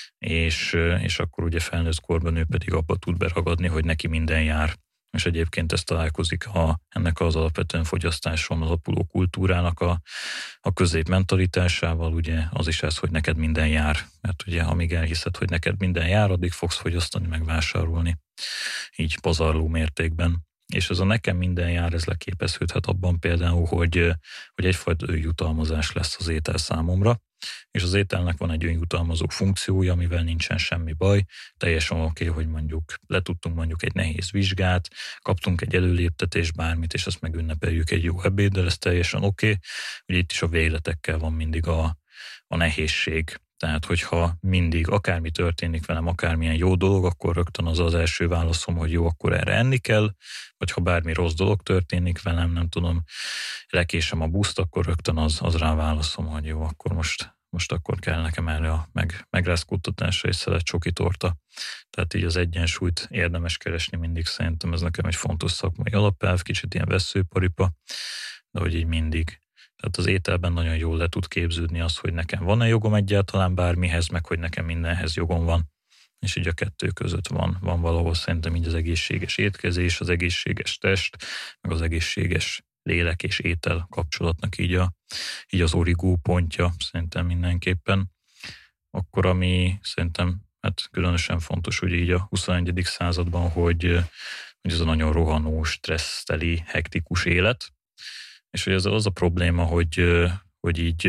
és akkor ugye felnőtt korban ő pedig abba tud beragadni, hogy neki minden jár. És egyébként ez találkozik ennek az alapvetően fogyasztáson alapuló kultúrának a középmentalitásával, ugye az is ez, hogy neked minden jár. Mert ugye amíg elhiszed, hogy neked minden jár, addig fogsz fogyasztani, meg vásárolni. Így pazarló mértékben. És ez a nekem minden jár, ez leképeződhet abban például, hogy egyfajta önjutalmazás lesz az étel számomra, és az ételnek van egy önjutalmazó funkciója, amivel nincsen semmi baj. Teljesen oké, hogy mondjuk letudtunk mondjuk egy nehéz vizsgát, kaptunk egy előléptetést, bármit, és azt megünnepeljük egy jó ebéddel, ez teljesen oké. Ugye itt is a végletekkel van mindig a nehézség. Tehát, hogyha mindig akármi történik velem, akármilyen jó dolog, akkor rögtön az első válaszom, hogy jó, akkor erre enni kell, vagy ha bármi rossz dolog történik velem, nem tudom, lekésem a buszt, akkor rögtön az rá válaszom, hogy jó, akkor most akkor kell nekem erre a megrázkódtatásra egy szelet csoki torta. Tehát így az egyensúlyt érdemes keresni mindig, szerintem ez nekem egy fontos szakmai alapelv, kicsit ilyen vesszőparipa, de hogy így mindig. Tehát az ételben nagyon jól le tud képződni az, hogy nekem van-e jogom egyáltalán bármihez, meg hogy nekem mindenhez jogom van. És így a kettő között van valahol szerintem így az egészséges étkezés, az egészséges test, meg az egészséges lélek és étel kapcsolatnak így az origó pontja szerintem mindenképpen. Akkor ami szerintem hát különösen fontos, hogy így a 21. században, hogy ez a nagyon rohanó, stresszteli, hektikus élet, és hogy ez az a probléma, hogy így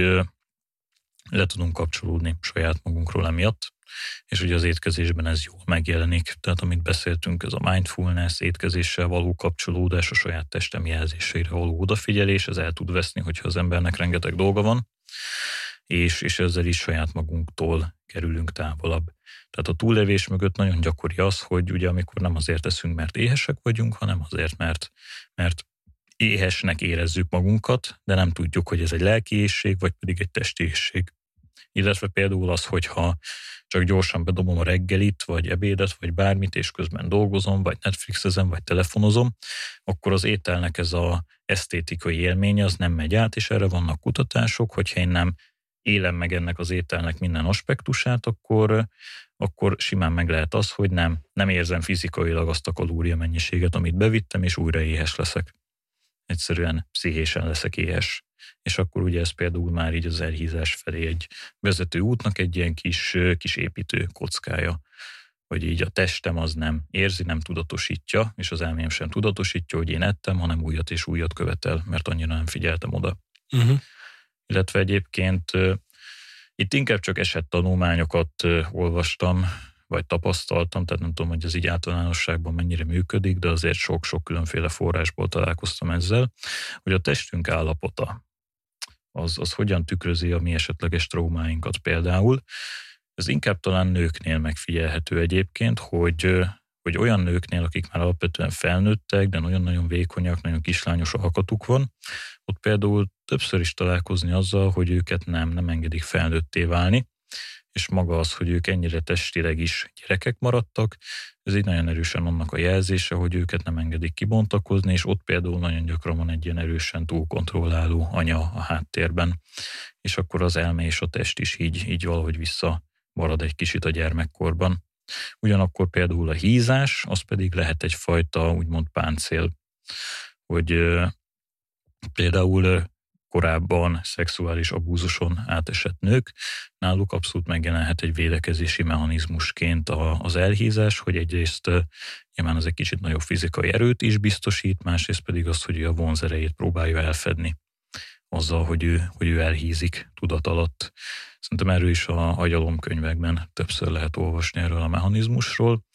le tudunk kapcsolódni saját magunkról emiatt, és ugye az étkezésben ez jól megjelenik, tehát amit beszéltünk, ez a mindfulness, étkezéssel való kapcsolódás, a saját testem jelzéseire való odafigyelés, ez el tud veszni, hogyha az embernek rengeteg dolga van, és ezzel is saját magunktól kerülünk távolabb. Tehát a túllevés mögött nagyon gyakori az, hogy ugye amikor nem azért eszünk, mert éhesek vagyunk, hanem azért, mert éhesnek érezzük magunkat, de nem tudjuk, hogy ez egy lelki éhség, vagy pedig egy testi éhség. Illetve például az, hogyha csak gyorsan bedobom a reggelit, vagy ebédet, vagy bármit, és közben dolgozom, vagy Netflixezem, vagy telefonozom, akkor az ételnek ez az esztétikai élménye az nem megy át, és erre vannak kutatások, hogyha én nem élem meg ennek az ételnek minden aspektusát, akkor simán meg lehet az, hogy nem érzem fizikailag azt a kalória mennyiséget, amit bevittem, és újra éhes leszek. Egyszerűen pszichésen leszek éhes. És akkor ugye ez például már így az elhízás felé egy vezető útnak egy ilyen kis építő kockája, hogy így a testem az nem érzi, nem tudatosítja, és az elmém sem tudatosítja, hogy én ettem, hanem újat és újat követel, mert annyira nem figyeltem oda. Illetve egyébként itt inkább csak esettanulmányokat olvastam, vagy tapasztaltam, tehát nem tudom, hogy ez így általánosságban mennyire működik, de azért sok-sok különféle forrásból találkoztam ezzel, hogy a testünk állapota az hogyan tükrözi a mi esetleges traumáinkat például. Ez inkább talán nőknél megfigyelhető egyébként, hogy olyan nőknél, akik már alapvetően felnőttek, de nagyon-nagyon vékonyak, nagyon kislányos alkatuk van, ott például többször is találkozni azzal, hogy őket nem engedik felnőtté válni, és maga az, hogy ők ennyire testileg is gyerekek maradtak, ez így nagyon erősen annak a jelzése, hogy őket nem engedik kibontakozni, és ott például nagyon gyakran van egy ilyen erősen túlkontrolláló anya a háttérben, és akkor az elme és a test is így valahogy marad egy kicsit a gyermekkorban. Ugyanakkor például a hízás, az pedig lehet egyfajta úgymond páncél, hogy például korábban szexuális abúzuson átesett nők, náluk abszolút megjelenhet egy védekezési mechanizmusként az elhízás, hogy egyrészt nyilván az egy kicsit nagyobb fizikai erőt is biztosít, másrészt pedig az, hogy a vonzerejét próbálja elfedni azzal, hogy ő elhízik tudat alatt. Szerintem erről is a agyalomkönyvekben többször lehet olvasni erről a mechanizmusról.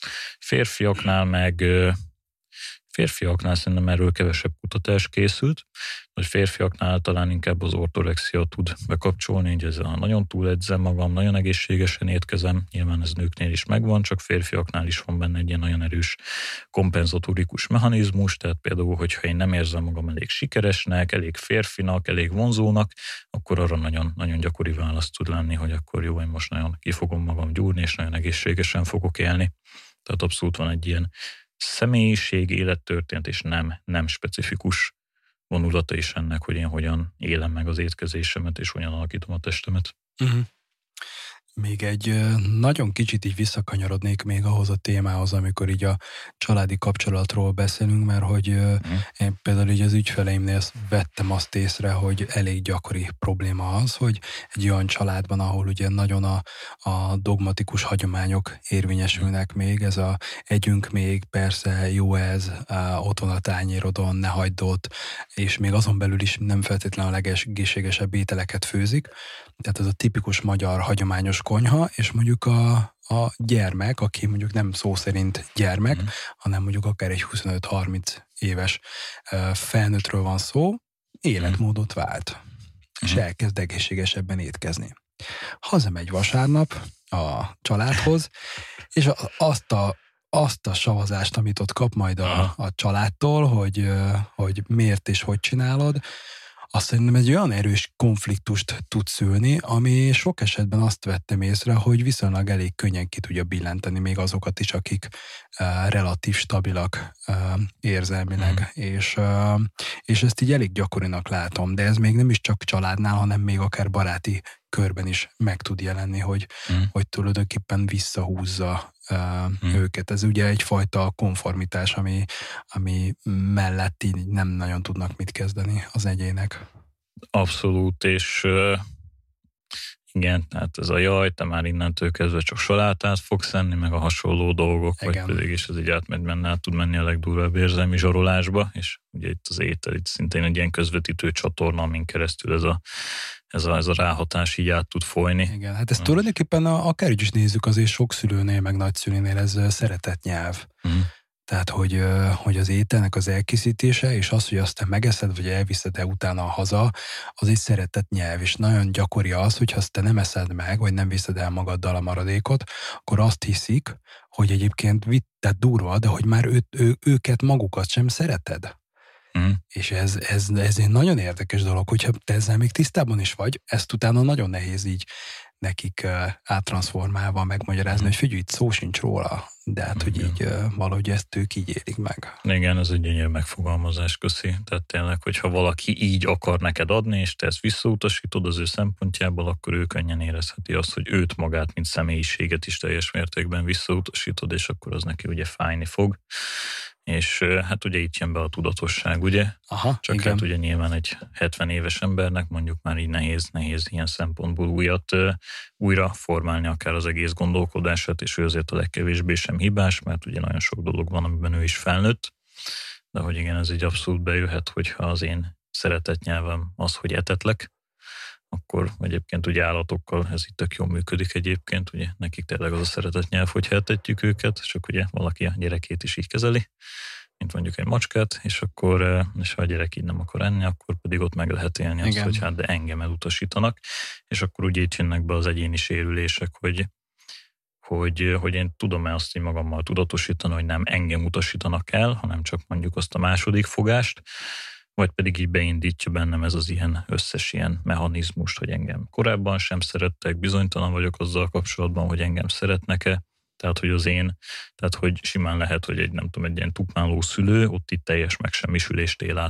Férfiaknál szerintem erről kevesebb kutatás készült, hogy férfiaknál talán inkább az ortorexia tud bekapcsolni, így ezzel nagyon túledzem magam, nagyon egészségesen étkezem, nyilván ez nőknél is megvan, csak férfiaknál is van benne egy ilyen nagyon erős kompenzatorikus mechanizmus, tehát például, hogyha én nem érzem magam elég sikeresnek, elég férfinak, elég vonzónak, akkor arra nagyon, nagyon gyakori válasz tud lenni, hogy akkor jó, én most nagyon ki fogom magam gyúrni, és nagyon egészségesen fogok élni. Tehát abszolút van egy ilyen személyiség, élettörténet és nem specifikus vonulata is ennek, hogy én hogyan élem meg az étkezésemet, és hogyan alakítom a testemet. Uh-huh. Még egy nagyon kicsit így visszakanyarodnék még ahhoz a témához, amikor így a családi kapcsolatról beszélünk, mert hogy én például így az ügyfeleimnél vettem azt észre, hogy elég gyakori probléma az, hogy egy olyan családban, ahol ugye nagyon a dogmatikus hagyományok érvényesülnek még, ez a együnk még, persze jó ez, ott van a tányérodon, ne hagyd ott, és még azon belül is nem feltétlenül a legegészségesebb ételeket főzik. Tehát ez a tipikus magyar hagyományos konyha, és mondjuk a gyermek, aki mondjuk nem szó szerint gyermek, hanem mondjuk akár egy 25-30 éves felnőttről van szó, életmódot vált, és elkezd egészségesebben étkezni. Hazamegy vasárnap a családhoz, és azt a savazást, amit ott kap majd a családtól, hogy miért és hogy csinálod, azt szerintem egy olyan erős konfliktust tud szülni, ami sok esetben azt vettem észre, hogy viszonylag elég könnyen ki tudja billenteni még azokat is, akik relatív stabilak érzelmileg, és ezt így elég gyakorinak látom, de ez még nem is csak családnál, hanem még akár baráti körben is meg tud jelenni, hogy tulajdonképpen visszahúzza őket. Ez ugye egyfajta konformitás, ami mellett így nem nagyon tudnak mit kezdeni az egyének. Abszolút, és igen, tehát ez a jaj, te már innentől kezdve csak salátát fogsz enni, meg a hasonló dolgok, igen. Vagy pedig is ez így átmegy benne, át tud menni a legdurvább érzelmi zsarolásba, és ugye itt az étel, itt szintén egy ilyen közvetítő csatorna, amin keresztül ez a ráhatás így át tud folyni. Igen, hát ezt tulajdonképpen akár is nézzük, azért sok szülőnél, meg nagyszülőnél ez szeretett nyelv. Tehát, hogy az ételnek az elkészítése, és az, hogy aztán megeszed, vagy elviszed-e utána haza, az egy szeretett nyelv, és nagyon gyakori az, hogy ha azt te nem eszed meg, vagy nem viszed el magaddal a maradékot, akkor azt hiszik, hogy egyébként tehát durva, de hogy már őket magukat sem szereted. És ez egy nagyon érdekes dolog, hogyha te ezzel még tisztában is vagy, ezt utána nagyon nehéz így nekik áttranszformálva megmagyarázni, hogy figyelj, itt szó sincs róla, de hát, hogy így valahogy ezt ők így élik meg. Igen, ez egy gyönyörű megfogalmazás, köszi. Tehát tényleg, hogyha valaki így akar neked adni, és te ezt visszautasítod az ő szempontjából, akkor ő könnyen érezheti azt, hogy őt magát, mint személyiséget is teljes mértékben visszautasítod, és akkor az neki ugye fájni fog. És hát ugye itt jön be a tudatosság, ugye? Aha, csak igen. Hát ugye nyilván egy 70 éves embernek mondjuk már így nehéz ilyen szempontból újra formálni akár az egész gondolkodását, és ő azért a legkevésbé sem hibás, mert ugye nagyon sok dolog van, amiben ő is felnőtt, de hogy igen, ez így abszolút bejöhet, hogyha az én szeretett nyelvem az, hogy etetlek, akkor egyébként ugye állatokkal ez itt tök jól működik egyébként, ugye nekik tényleg az a szeretett nyelv, hogyha etetjük őket, csak ugye valaki a gyerekét is így kezeli, mint mondjuk egy macskát, és akkor, és ha a gyerek így nem akar enni, akkor pedig ott meg lehet élni azt, hogy hát de engem elutasítanak, és akkor ugye itt jönnek be az egyéni sérülések, hogy én tudom-e azt így magammal tudatosítani, hogy nem engem utasítanak el, hanem csak mondjuk azt a második fogást, vagy pedig így beindítja bennem ez az összes ilyen mechanizmust, hogy engem korábban sem szerettek, bizonytalan vagyok azzal kapcsolatban, hogy engem szeretnek-e, tehát hogy simán lehet, hogy egy ilyen tukmáló szülő ott itt teljes megsemmisülést él át.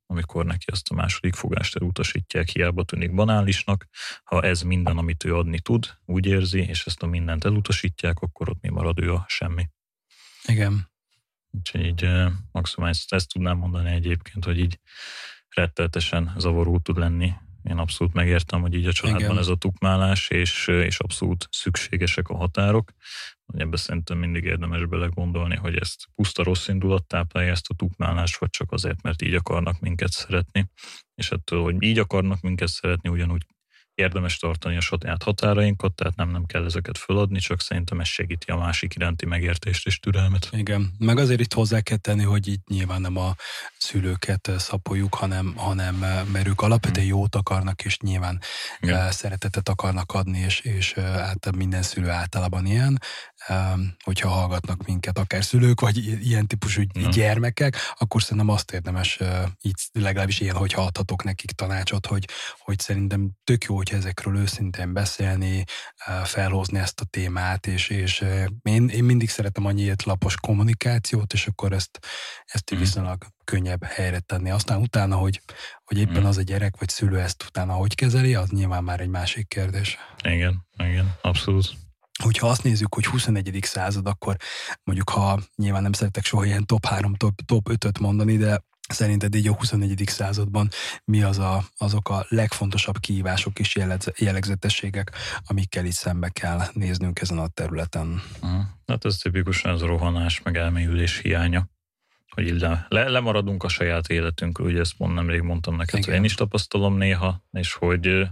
amikor neki azt a második fogást elutasítják, hiába tűnik banálisnak. Ha ez minden, amit ő adni tud, úgy érzi, és ezt a mindent elutasítják, akkor ott mi marad, ő a semmi. Igen. Úgyhogy így maximum ezt tudnám mondani egyébként, hogy így rettenetesen zavaró tud lenni. Én abszolút megértem, hogy így a családban igen. Ez a tukmálás, és abszolút szükségesek a határok. Ebben szerintem mindig érdemes belegondolni, hogy ezt puszta rossz indulat táplálja ezt a tukmálást, vagy csak azért, mert így akarnak minket szeretni. És ettől, hogy így akarnak minket szeretni, ugyanúgy érdemes tartani a saját határainkat, tehát nem kell ezeket föladni, csak szerintem ez segíti a másik iránti megértést és türelmet. Igen, meg azért itt hozzá kell tenni, hogy itt nyilván nem a szülőket szapoljuk, hanem mert ők alapvetően jót akarnak, és nyilván szeretetet akarnak adni, és hát minden szülő általában ilyen, hogyha hallgatnak minket, akár szülők, vagy ilyen típusú gyermekek, akkor szerintem azt érdemes így legalábbis ilyen, hogyha adhatok nekik tanácsot, hogy szerintem tök jó, hogyha ezekről őszintén beszélni, felhozni ezt a témát, és én mindig szeretem a nyílt lapos kommunikációt, és akkor ezt viszonylag könnyebb helyre tenni. Aztán utána, hogy éppen az a gyerek vagy szülő ezt utána hogy kezeli, az nyilván már egy másik kérdés. Igen, abszolút. Hogyha azt nézzük, hogy 21. század, akkor mondjuk, ha nyilván nem szeretek soha ilyen top 3, top 5-öt mondani, de szerinted így a 21. században mi azok a legfontosabb kihívások és jellegzetességek, amikkel itt szembe kell néznünk ezen a területen? Hát ez tipikusan az a rohanás, meg elmélyülés hiánya, hogy így lemaradunk a saját életünkről, ugye ezt nemrég mondtam neked, hogy én is tapasztalom néha, és hogy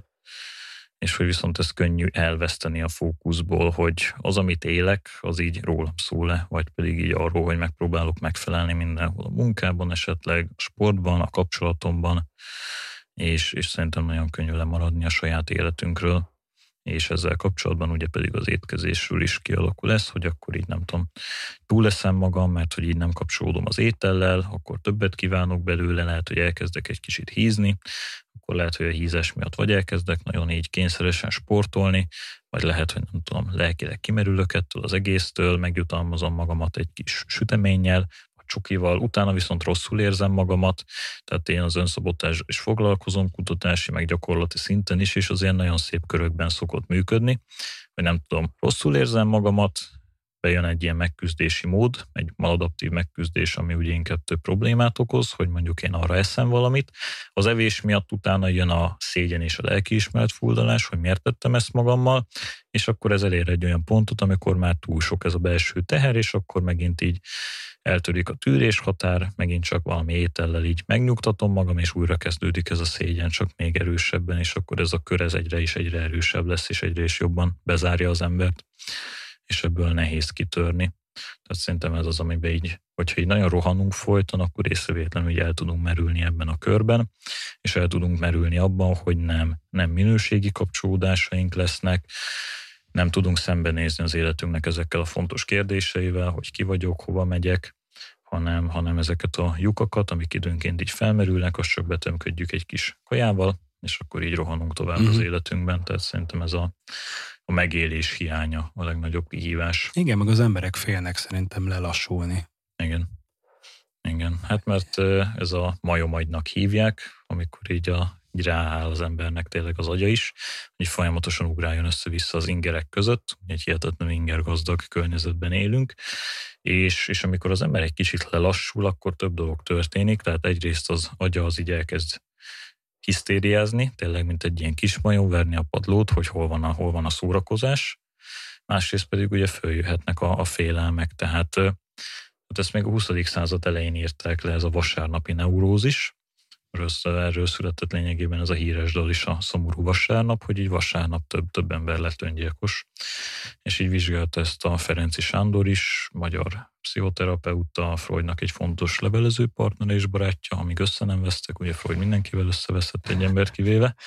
viszont ez könnyű elveszteni a fókuszból, hogy az, amit élek, az így rólam szól-e, vagy pedig így arról, hogy megpróbálok megfelelni mindenhol a munkában, esetleg a sportban, a kapcsolatomban, és szerintem nagyon könnyű lemaradni a saját életünkről, és ezzel kapcsolatban ugye pedig az étkezésről is kialakul ez, hogy akkor így nem tudom, túleszem magam, mert hogy így nem kapcsolódom az étellel, akkor többet kívánok belőle, lehet, hogy elkezdek egy kicsit hízni, akkor lehet, hogy a hízás miatt vagy elkezdek nagyon így kényszeresen sportolni, vagy lehet, hogy nem tudom, lelkileg kimerülök ettől az egésztől, megjutalmazom magamat egy kis süteménnyel, vagy csukival, utána viszont rosszul érzem magamat, tehát én az önszabotázsal is foglalkozom, kutatási, meg gyakorlati szinten is, és az ilyen nagyon szép körökben szokott működni, hogy nem tudom, rosszul érzem magamat, bejön egy ilyen megküzdési mód, egy maladaptív megküzdés, ami ugye inkább több problémát okoz, hogy mondjuk én arra eszem valamit. Az evés miatt utána jön a szégyen és a lelkiismeret fuldalás, hogy miért tettem ezt magammal, és akkor ez elér egy olyan pontot, amikor már túl sok ez a belső teher, és akkor megint így eltörik a tűrés határ, megint csak valami étellel így megnyugtatom magam, és újra kezdődik ez a szégyen, csak még erősebben, és akkor ez a kör ez egyre erősebb lesz, és egyre is jobban bezárja az embert, és ebből nehéz kitörni. Tehát szerintem ez az, amiben így, hogyha így nagyon rohanunk folyton, akkor észrevétlenül így el tudunk merülni ebben a körben, és el tudunk merülni abban, hogy nem minőségi kapcsolódásaink lesznek, nem tudunk szembenézni az életünknek ezekkel a fontos kérdéseivel, hogy ki vagyok, hova megyek, hanem ezeket a lyukakat, amik időnként így felmerülnek, azt csak betömködjük egy kis kajával, és akkor így rohanunk tovább az életünkben. Tehát szerintem ez a megélés hiánya a legnagyobb kihívás. Igen, meg az emberek félnek szerintem lelassulni. Igen. Hát mert ez a majomagynak hívják, amikor így rááll az embernek tényleg az agya is, hogy folyamatosan ugráljon össze-vissza az ingerek között, egy hihetetlen ingergazdag környezetben élünk, és amikor az ember egy kicsit lelassul, akkor több dolog történik, tehát egyrészt az agya az így elkezd hisztériázni, tényleg mint egy ilyen kis majom, verni a padlót, hogy hol van a szórakozás, másrészt pedig ugye följöhetnek a félelmek, tehát ezt még a 20. század elején írták le, ez a vasárnapi neurózis, erről született lényegében ez a híres dal is, a Szomorú vasárnap, hogy így vasárnap több ember lett öngyilkos. És így vizsgálta ezt a Ferenczy Sándor is, magyar pszichoterapeuta, Freudnak egy fontos levelező partner és barátja, amíg össze nem vesztek, ugye Freud mindenkivel összeveszett, egy embert kivéve,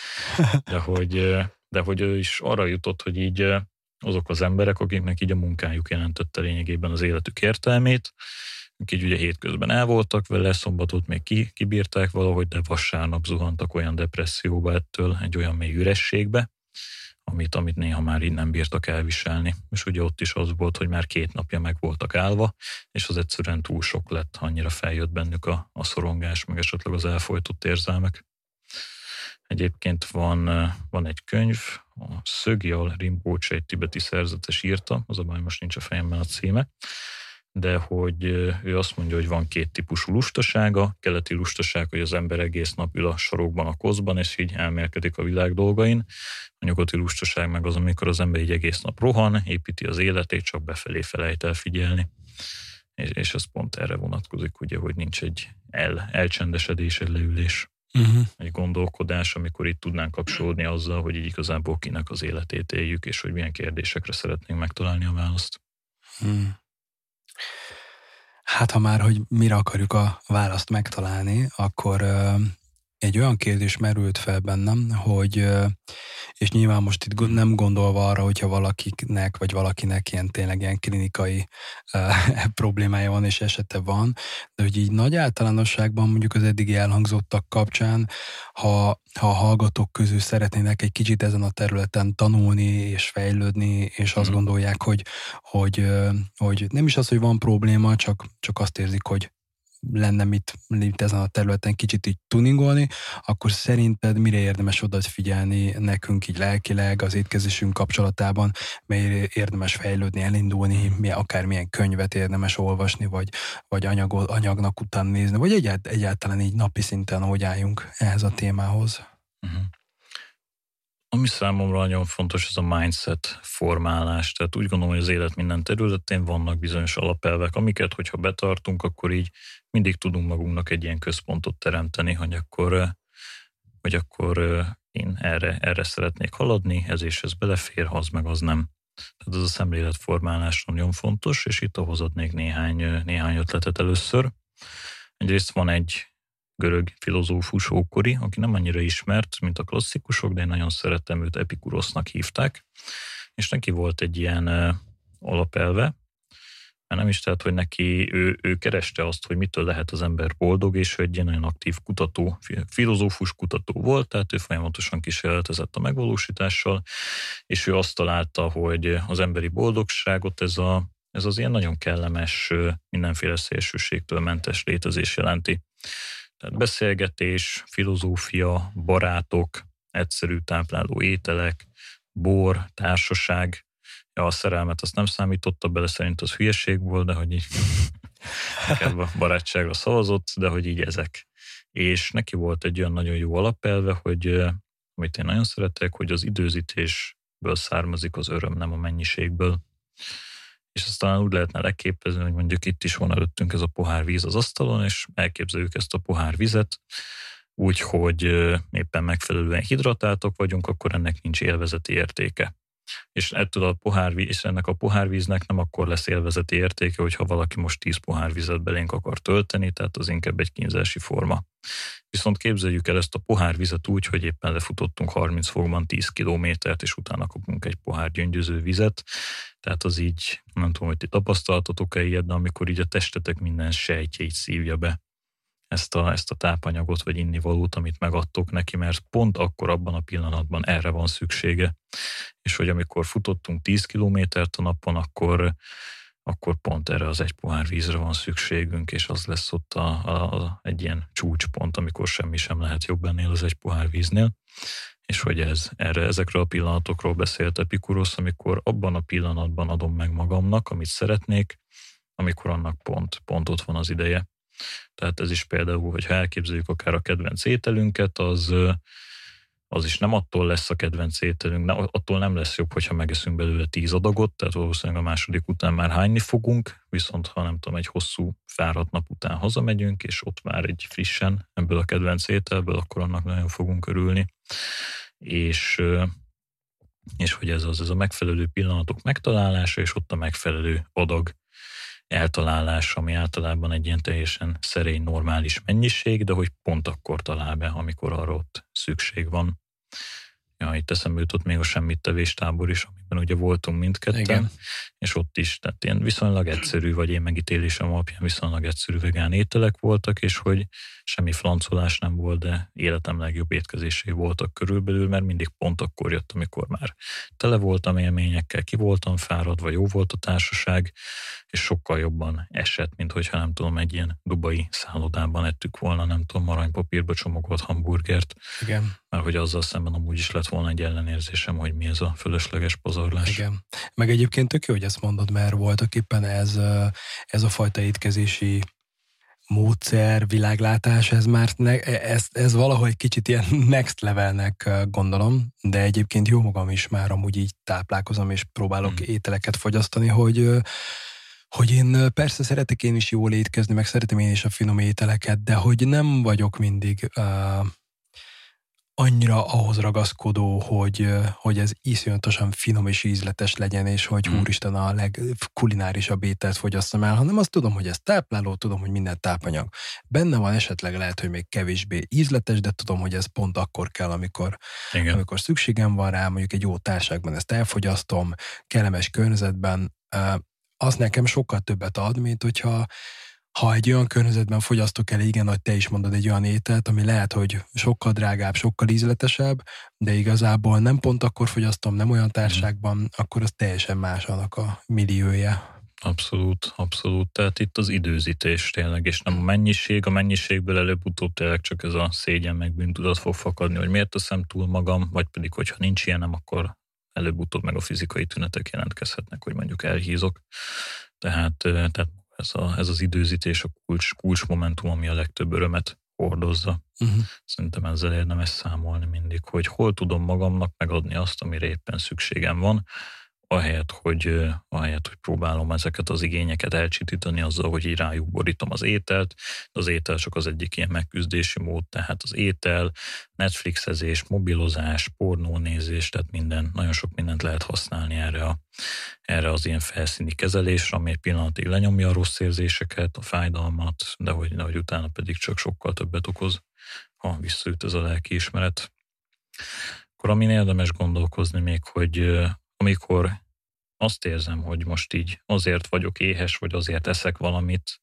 de hogy ő is arra jutott, hogy így azok az emberek, akiknek így a munkájuk jelentette lényegében az életük értelmét, így ugye hétközben el voltak vele, szombatot még kibírták valahogy, de vasárnap zuhantak olyan depresszióba ettől, egy olyan mély ürességbe, amit néha már így nem bírtak elviselni. És ugye ott is az volt, hogy már 2 napja meg voltak állva, és az egyszerűen túl sok lett, annyira feljött bennük a szorongás, meg esetleg az elfojtott érzelmek. Egyébként van egy könyv, a Szögyal Rinpoche, egy tibeti szerzetes írta, az a baj, most nincs a fejemben a címe, de hogy ő azt mondja, hogy van 2 típusú lustasága, keleti lustaság, hogy az ember egész nap ül a sarokban, a koszban, és így elmélkedik a világ dolgain. A nyugati lustaság meg az, amikor az ember így egész nap rohan, építi az életét, csak befelé felejt el figyelni. És ez pont erre vonatkozik, ugye, hogy nincs egy elcsendesedés, egy leülés. Egy gondolkodás, amikor itt tudnánk kapcsolódni azzal, hogy így igazából kinek az életét éljük, és hogy milyen kérdésekre szeretnénk megtalálni a választ. Hát ha már, hogy mire akarjuk a választ megtalálni, akkor egy olyan kérdés merült fel bennem, hogy, és nyilván most itt nem gondolva arra, hogyha valakinek, vagy valakinek tényleg ilyen klinikai problémája van, és esete van, de hogy így nagy általánosságban mondjuk az eddigi elhangzottak kapcsán, ha a hallgatók közül szeretnének egy kicsit ezen a területen tanulni és fejlődni, és azt gondolják, hogy nem is az, hogy van probléma, csak azt érzik, hogy lenne mit ezen a területen kicsit így tuningolni, akkor szerinted mire érdemes odafigyelni nekünk így lelkileg, az étkezésünk kapcsolatában, melyre érdemes fejlődni, elindulni, akármilyen könyvet érdemes olvasni, vagy anyagnak után nézni, vagy egyáltalán így napi szinten hogy álljunk ehhez a témához? Ami számomra nagyon fontos, az a mindset formálás. Tehát úgy gondolom, hogy az élet minden területén vannak bizonyos alapelvek, amiket, hogyha betartunk, akkor így mindig tudunk magunknak egy ilyen központot teremteni, hogy akkor én erre szeretnék haladni, ez és ez belefér, az meg az nem. Tehát ez a szemléletformálás nagyon fontos, és itt ahhoz adnék néhány ötletet először. Egyrészt van egy görög filozófus ókori, aki nem annyira ismert, mint a klasszikusok, de én nagyon szerettem őt, Epikurosznak hívták, és neki volt egy ilyen alapelve, mert nem is tehát, hogy neki ő kereste azt, hogy mitől lehet az ember boldog, és ő egy ilyen nagyon aktív kutató, filozófus kutató volt, tehát ő folyamatosan kísérletezett a megvalósítással, és ő azt találta, hogy az emberi boldogságot ez az ilyen nagyon kellemes, mindenféle szélsőségtől mentes létezés jelenti. Tehát beszélgetés, filozófia, barátok, egyszerű tápláló ételek, bor, társaság. Ja, a szerelmet azt nem számította bele, szerint az hülyeség volt, de hogy így inkább a barátságra szavazott, de hogy így ezek. És neki volt egy olyan nagyon jó alapelve, hogy amit én nagyon szeretek, hogy az időzítésből származik az öröm, nem a mennyiségből. És aztán úgy lehetne leképezni, hogy mondjuk itt is van előttünk ez a pohár víz az asztalon, és elképzeljük ezt a pohár vizet, úgy, hogy éppen megfelelően hidratáltak vagyunk, akkor ennek nincs élvezeti értéke. És ennek a pohárvíznek nem akkor lesz élvezeti értéke, hogyha valaki most 10 pohárvizet belénk akar tölteni, tehát az inkább egy kínzási forma. Viszont képzeljük el ezt a pohárvizet úgy, hogy éppen lefutottunk 30 fokban 10 kilométert, és utána kapunk egy pohár gyöngyöző vizet. Tehát az így, nem tudom, hogy ti tapasztaltatok-e ilyet, de amikor így a testetek minden sejtje így szívja be ezt a tápanyagot, vagy innivalót, amit megadtok neki, mert pont akkor abban a pillanatban erre van szüksége. És hogy amikor futottunk 10 kilométert a napon, akkor pont erre az egy pohár vízre van szükségünk, és az lesz ott egy ilyen csúcspont, amikor semmi sem lehet jobb ennél az egy pohár víznél. És hogy ezekről a pillanatokról beszélt Epikurosz, amikor abban a pillanatban adom meg magamnak, amit szeretnék, amikor annak pont ott van az ideje. Tehát ez is például, hogyha elképzeljük akár a kedvenc ételünket, az is nem attól lesz a kedvenc ételünk, attól nem lesz jobb, hogyha megeszünk belőle 10 adagot, tehát valószínűleg a második után már hányni fogunk, viszont ha nem tudom, egy hosszú fáradt nap után hazamegyünk, és ott már egy frissen ebből a kedvenc ételből, akkor annak nagyon fogunk örülni. És hogy ez a megfelelő pillanatok megtalálása, és ott a megfelelő adag eltalálás, ami általában egy ilyen teljesen szerény, normális mennyiség, de hogy pont akkor talál be, amikor arra ott szükség van. Ja, itt eszembe jutott még a semmittevés tábor is, ami étteremben ugye voltunk mindketten, igen. És ott is, tehát ilyen viszonylag egyszerű, vagy én megítélésem alapján viszonylag egyszerű vegán ételek voltak, és hogy semmi flancolás nem volt, de életem legjobb étkezései voltak körülbelül, mert mindig pont akkor jött, amikor már tele voltam élményekkel, ki voltam fáradva, jó volt a társaság, és sokkal jobban esett, mint hogyha nem tudom, egy ilyen dubai szállodában ettük volna, nem tudom, aranypapírba csomagolt hamburgert. Igen. Mert hogy azzal szemben amúgy is lett volna egy ellenérzésem, hogy mi ez a fölösleges pazarlás. Igen. Meg egyébként tök jó, hogy ezt mondod, mert voltak éppen ez a fajta étkezési módszer, világlátás, ez valahogy kicsit ilyen next levelnek gondolom, de egyébként jó magam is már amúgy így táplálkozom, és próbálok ételeket fogyasztani, hogy én persze szeretek én is jól étkezni, meg szeretem én is a finom ételeket, de hogy nem vagyok mindig annyira ahhoz ragaszkodó, hogy ez iszonyatosan finom és ízletes legyen, és hogy úristen a legkulinárisabb ételt fogyasszam el, hanem azt tudom, hogy ez tápláló, tudom, hogy minden tápanyag benne van, esetleg lehet, hogy még kevésbé ízletes, de tudom, hogy ez pont akkor kell, amikor szükségem van rá, mondjuk egy jó társaságban ezt elfogyasztom, kellemes környezetben, az nekem sokkal többet ad, mint hogyha egy olyan környezetben fogyasztok el, igen, hogy te is mondod, egy olyan ételt, ami lehet, hogy sokkal drágább, sokkal ízletesebb, de igazából nem pont akkor fogyasztom, nem olyan társaságban, akkor az teljesen más annak a milliója. Abszolút, abszolút. Tehát itt az időzítés tényleg, és nem a mennyiség. A mennyiségből előbb-utóbb tényleg csak ez a szégyen meg bűntudat fog fakadni, hogy miért teszem túl magam, vagy pedig, hogyha nincs ilyenem, akkor előbb-utóbb meg a fizikai tünetek jelentkezhetnek, hogy mondjuk elhízok. Tehát ez az időzítés a kulcs momentum, ami a legtöbb örömet hordozza. Szerintem ezzel érdemes számolni mindig, hogy hol tudom magamnak megadni azt, amire éppen szükségem van, ahelyett, hogy próbálom ezeket az igényeket elcsitítani azzal, hogy így rájuk borítom az ételt. Az étel csak az egyik ilyen megküzdési mód, tehát az étel, Netflixezés, mobilozás, pornónézés, tehát nagyon sok mindent lehet használni erre az ilyen felszíni kezelésre, ami egy pillanatig lenyomja a rossz érzéseket, a fájdalmat, de hogy utána pedig csak sokkal többet okoz, ha visszaüt ez a lelkiismeret. Akkor amin érdemes gondolkozni még, hogy amikor azt érzem, hogy most így azért vagyok éhes, vagy azért eszek valamit,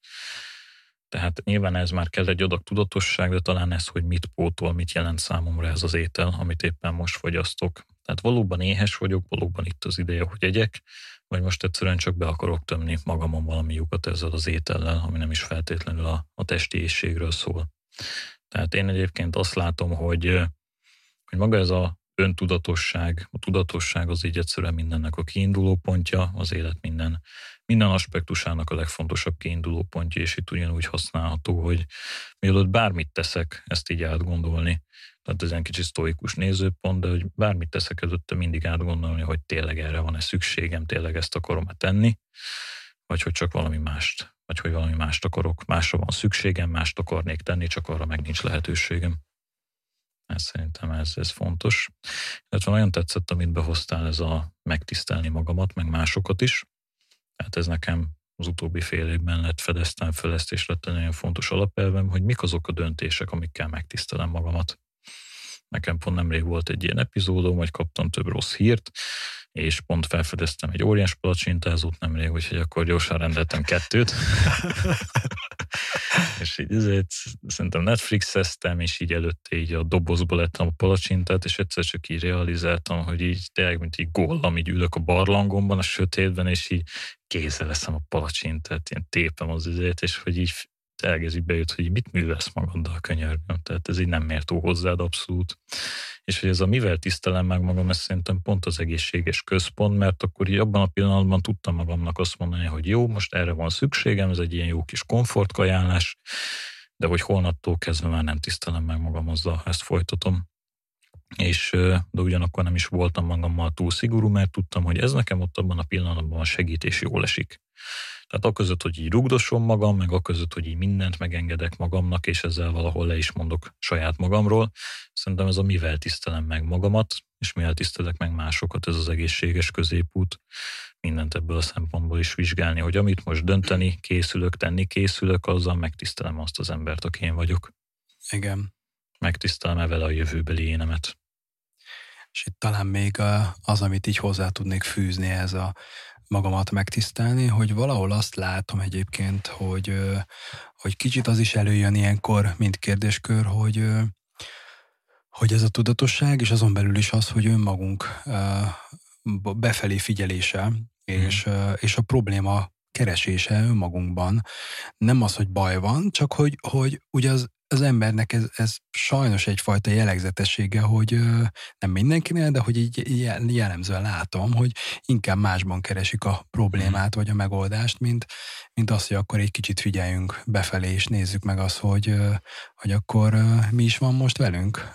tehát nyilván ez már kell egy adag tudatosság, de talán ez, hogy mit pótol, mit jelent számomra ez az étel, amit éppen most fogyasztok. Tehát valóban éhes vagyok, valóban itt az ideje, hogy egyek, vagy most egyszerűen csak be akarok tömni magamon valami lyukat ezzel az étellel, ami nem is feltétlenül a testi éhségről szól. Tehát én egyébként azt látom, hogy maga ez a öntudatosság, a tudatosság az így egyszerűen mindennek a kiinduló pontja, az élet minden aspektusának a legfontosabb kiinduló pontja, és itt ugyanúgy használható, hogy mielőtt bármit teszek, ezt így átgondolni. Tehát ez egy kicsit sztoikus nézőpont, de hogy bármit teszek előtte, mindig átgondolni, hogy tényleg erre van-e szükségem, tényleg ezt akarom-e tenni, vagy hogy csak valami mást, vagy hogy valami mást akarok, másra van szükségem, mást akarnék tenni, csak arra meg nincs lehetőségem. Szerintem ez fontos. Illetve nagyon tetszett, amit behoztál, ez a megtisztelni magamat, meg másokat is. Tehát ez nekem az utóbbi fél évben lett fedeztem fel ezt, és lett egy nagyon fontos alapelvem, hogy mik azok a döntések, amikkel megtisztelem magamat. Nekem pont nemrég volt egy ilyen epizódom, vagy kaptam több rossz hírt, és pont felfedeztem egy óriás palacsintázót nemrég, úgyhogy akkor gyorsan rendeltem 2. És így ezért szerintem Netflixeztem, és így előtte így a dobozból lettem a palacsintát, és egyszer csak így realizáltam, hogy így tényleg, mint így Gollam, így ülök a barlangomban, a sötétben, és így kézzel leszem a palacsintát, ilyen tépem az üzét, és hogy így tényleg ez így bejött, hogy mit művelsz magaddal, könyörgöm. Tehát ez így nem méltó hozzád abszolút. És hogy ez a mivel tisztelem meg magam, ez szerintem pont az egészséges központ, mert akkor így abban a pillanatban tudtam magamnak azt mondani, hogy jó, most erre van szükségem, ez egy ilyen jó kis komfortkajánlás, de hogy holnaptól kezdve már nem tisztelem meg magam azzal, ha ezt folytatom. De ugyanakkor nem is voltam magammal túl szigorú, mert tudtam, hogy ez nekem ott abban a pillanatban segít és jól esik. Tehát aközött, hogy így rugdosom magam, meg aközött, hogy így mindent megengedek magamnak, és ezzel valahol le is mondok saját magamról. Szerintem ez a mivel tisztelem meg magamat, és mivel tisztelek meg másokat, ez az egészséges középút. Mindent ebből a szempontból is vizsgálni, hogy amit most dönteni készülök, tenni készülök, azzal megtisztelem azt az embert, aki én vagyok. Igen. Megtisztelem vele a jövőbeli énemet. És itt talán még az, amit így hozzá tudnék fűzni ez a magamat megtisztelni, hogy valahol azt látom egyébként, hogy kicsit az is előjön ilyenkor, mint kérdéskör, hogy ez a tudatosság, és azon belül is az, hogy önmagunk befelé figyelése, és a probléma keresése önmagunkban. Nem az, hogy baj van, csak hogy ugye az embernek ez sajnos egyfajta jellegzetessége, hogy nem mindenkinél, de hogy így jellemzően látom, hogy inkább másban keresik a problémát, vagy a megoldást, mint az, hogy akkor egy kicsit figyeljünk befelé, és nézzük meg azt, hogy akkor mi is van most velünk.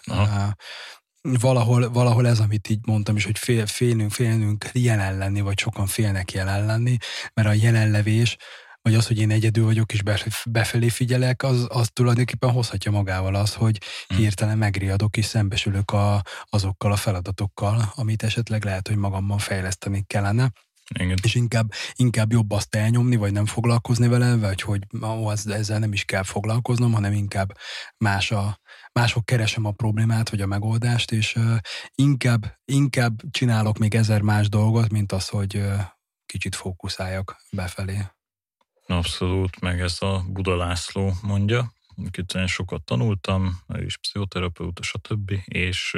Valahol ez, amit így mondtam is, hogy félnünk jelen lenni, vagy sokan félnek jelen lenni, mert a jelenlevés, vagy az, hogy én egyedül vagyok és befelé figyelek, az tulajdonképpen hozhatja magával az, hogy hirtelen megriadok és szembesülök azokkal a feladatokkal, amit esetleg lehet, hogy magamban fejleszteni kellene. Igen. És inkább jobb azt elnyomni, vagy nem foglalkozni vele, vagy hogy ezzel nem is kell foglalkoznom, hanem inkább mások keresem a problémát, vagy a megoldást, és inkább csinálok még 1000 más dolgot, mint az, hogy kicsit fókuszáljak befelé. Abszolút, meg ez a Buda László mondja, akit én sokat tanultam, ő is pszichoterapeuta, stb. És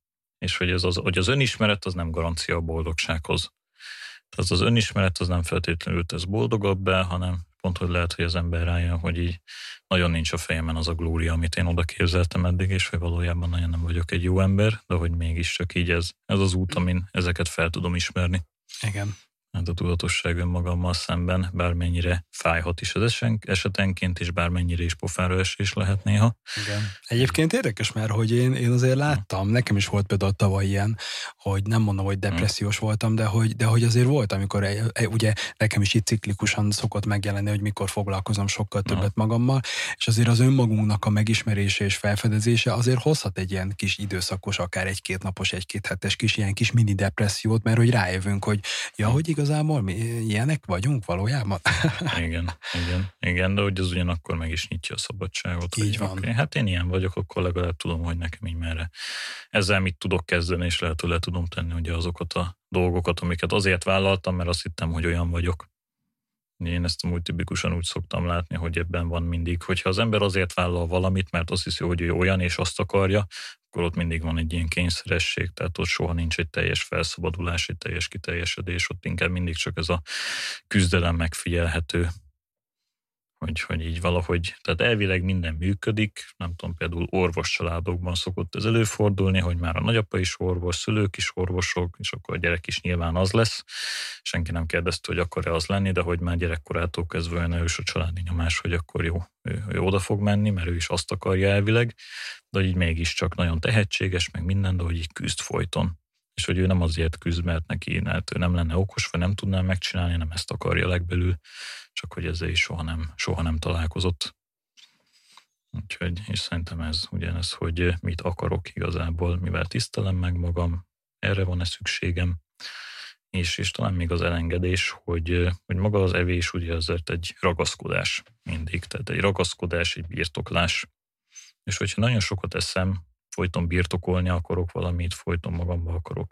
hogy az önismeret az nem garancia a boldogsághoz. Tehát az önismeret az nem feltétlenül tesz boldogabbá, hanem pont, hogy lehet, hogy az ember rájön, hogy így nagyon nincs a fejemen az a glória, amit én oda képzeltem eddig, és hogy valójában nagyon nem vagyok egy jó ember, de hogy mégiscsak így ez az út, amin ezeket fel tudom ismerni. Igen. Hát a tudatosság önmagammal szemben, bármennyire fájhat is az esetenként, és bármennyire is pofára esés lehet néha. Igen. Egyébként érdekes, mert hogy én azért láttam, nekem is volt például tavaly ilyen, hogy nem mondom, hogy depressziós voltam, de hogy azért volt, amikor ugye nekem is itt ciklikusan szokott megjelenni, hogy mikor foglalkozom sokkal többet magammal, és azért az önmagunknak a megismerése és felfedezése azért hozhat egy ilyen kis időszakos, akár 1-2 napos, 1-2 hetes ilyen kis mini depressziót, mert hogy rájövünk, hogy hogy igazából mi ilyenek vagyunk valójában. Igen, de hogy az ugyanakkor meg is nyitja a szabadságot. Így van. Okay, hát én ilyen vagyok, akkor legalább tudom, hogy nekem így merre. Ezzel mit tudok kezdeni, és lehet, hogy le tudom tenni ugye azokat a dolgokat, amiket azért vállaltam, mert azt hittem, hogy olyan vagyok. Én ezt amúgy tipikusan úgy szoktam látni, hogy ebben van mindig, hogyha az ember azért vállal valamit, mert azt hiszi, hogy ő olyan, és azt akarja, akkor ott mindig van egy ilyen kényszeresség, tehát ott soha nincs egy teljes felszabadulás, egy teljes kiteljesedés, ott inkább mindig csak ez a küzdelem megfigyelhető, hogy így valahogy, tehát elvileg minden működik, nem tudom, például orvos családokban szokott ez előfordulni, hogy már a nagyapa is orvos, szülők is orvosok, és akkor a gyerek is nyilván az lesz. Senki nem kérdezte, hogy akar-e az lenni, de hogy már gyerekkorától kezdve olyan erős a családi nyomás, hogy akkor jó, ő oda fog menni, mert ő is azt akarja elvileg, de így mégiscsak nagyon tehetséges, meg minden, de hogy így küzd folyton. És hogy ő nem azért küzd, mert neki ő nem lenne okos, vagy nem tudná megcsinálni, nem ezt akarja legbelül, csak hogy ezzel is soha nem találkozott. Úgyhogy, és szerintem ez ugyanez, hogy mit akarok igazából, mivel tisztelem meg magam, erre van-e szükségem, és talán még az elengedés, hogy maga az evés ugye azért egy ragaszkodás mindig, tehát egy ragaszkodás, egy birtoklás. És hogyha nagyon sokat eszem, folyton birtokolni akarok valamit, folyton magamba akarok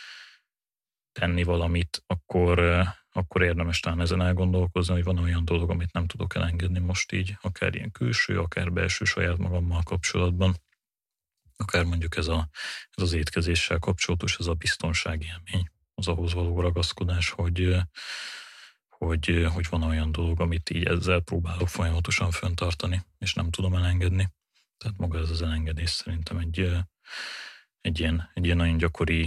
tenni valamit, akkor érdemes talán ezen elgondolkozni, hogy van olyan dolog, amit nem tudok elengedni most így, akár ilyen külső, akár belső saját magammal kapcsolatban, akár mondjuk ez az étkezéssel kapcsolatos, ez a biztonsági élmény, az ahhoz való ragaszkodás, hogy van olyan dolog, amit így ezzel próbálok folyamatosan fenntartani, és nem tudom elengedni. Tehát maga ez az elengedés szerintem egy ilyen nagyon gyakori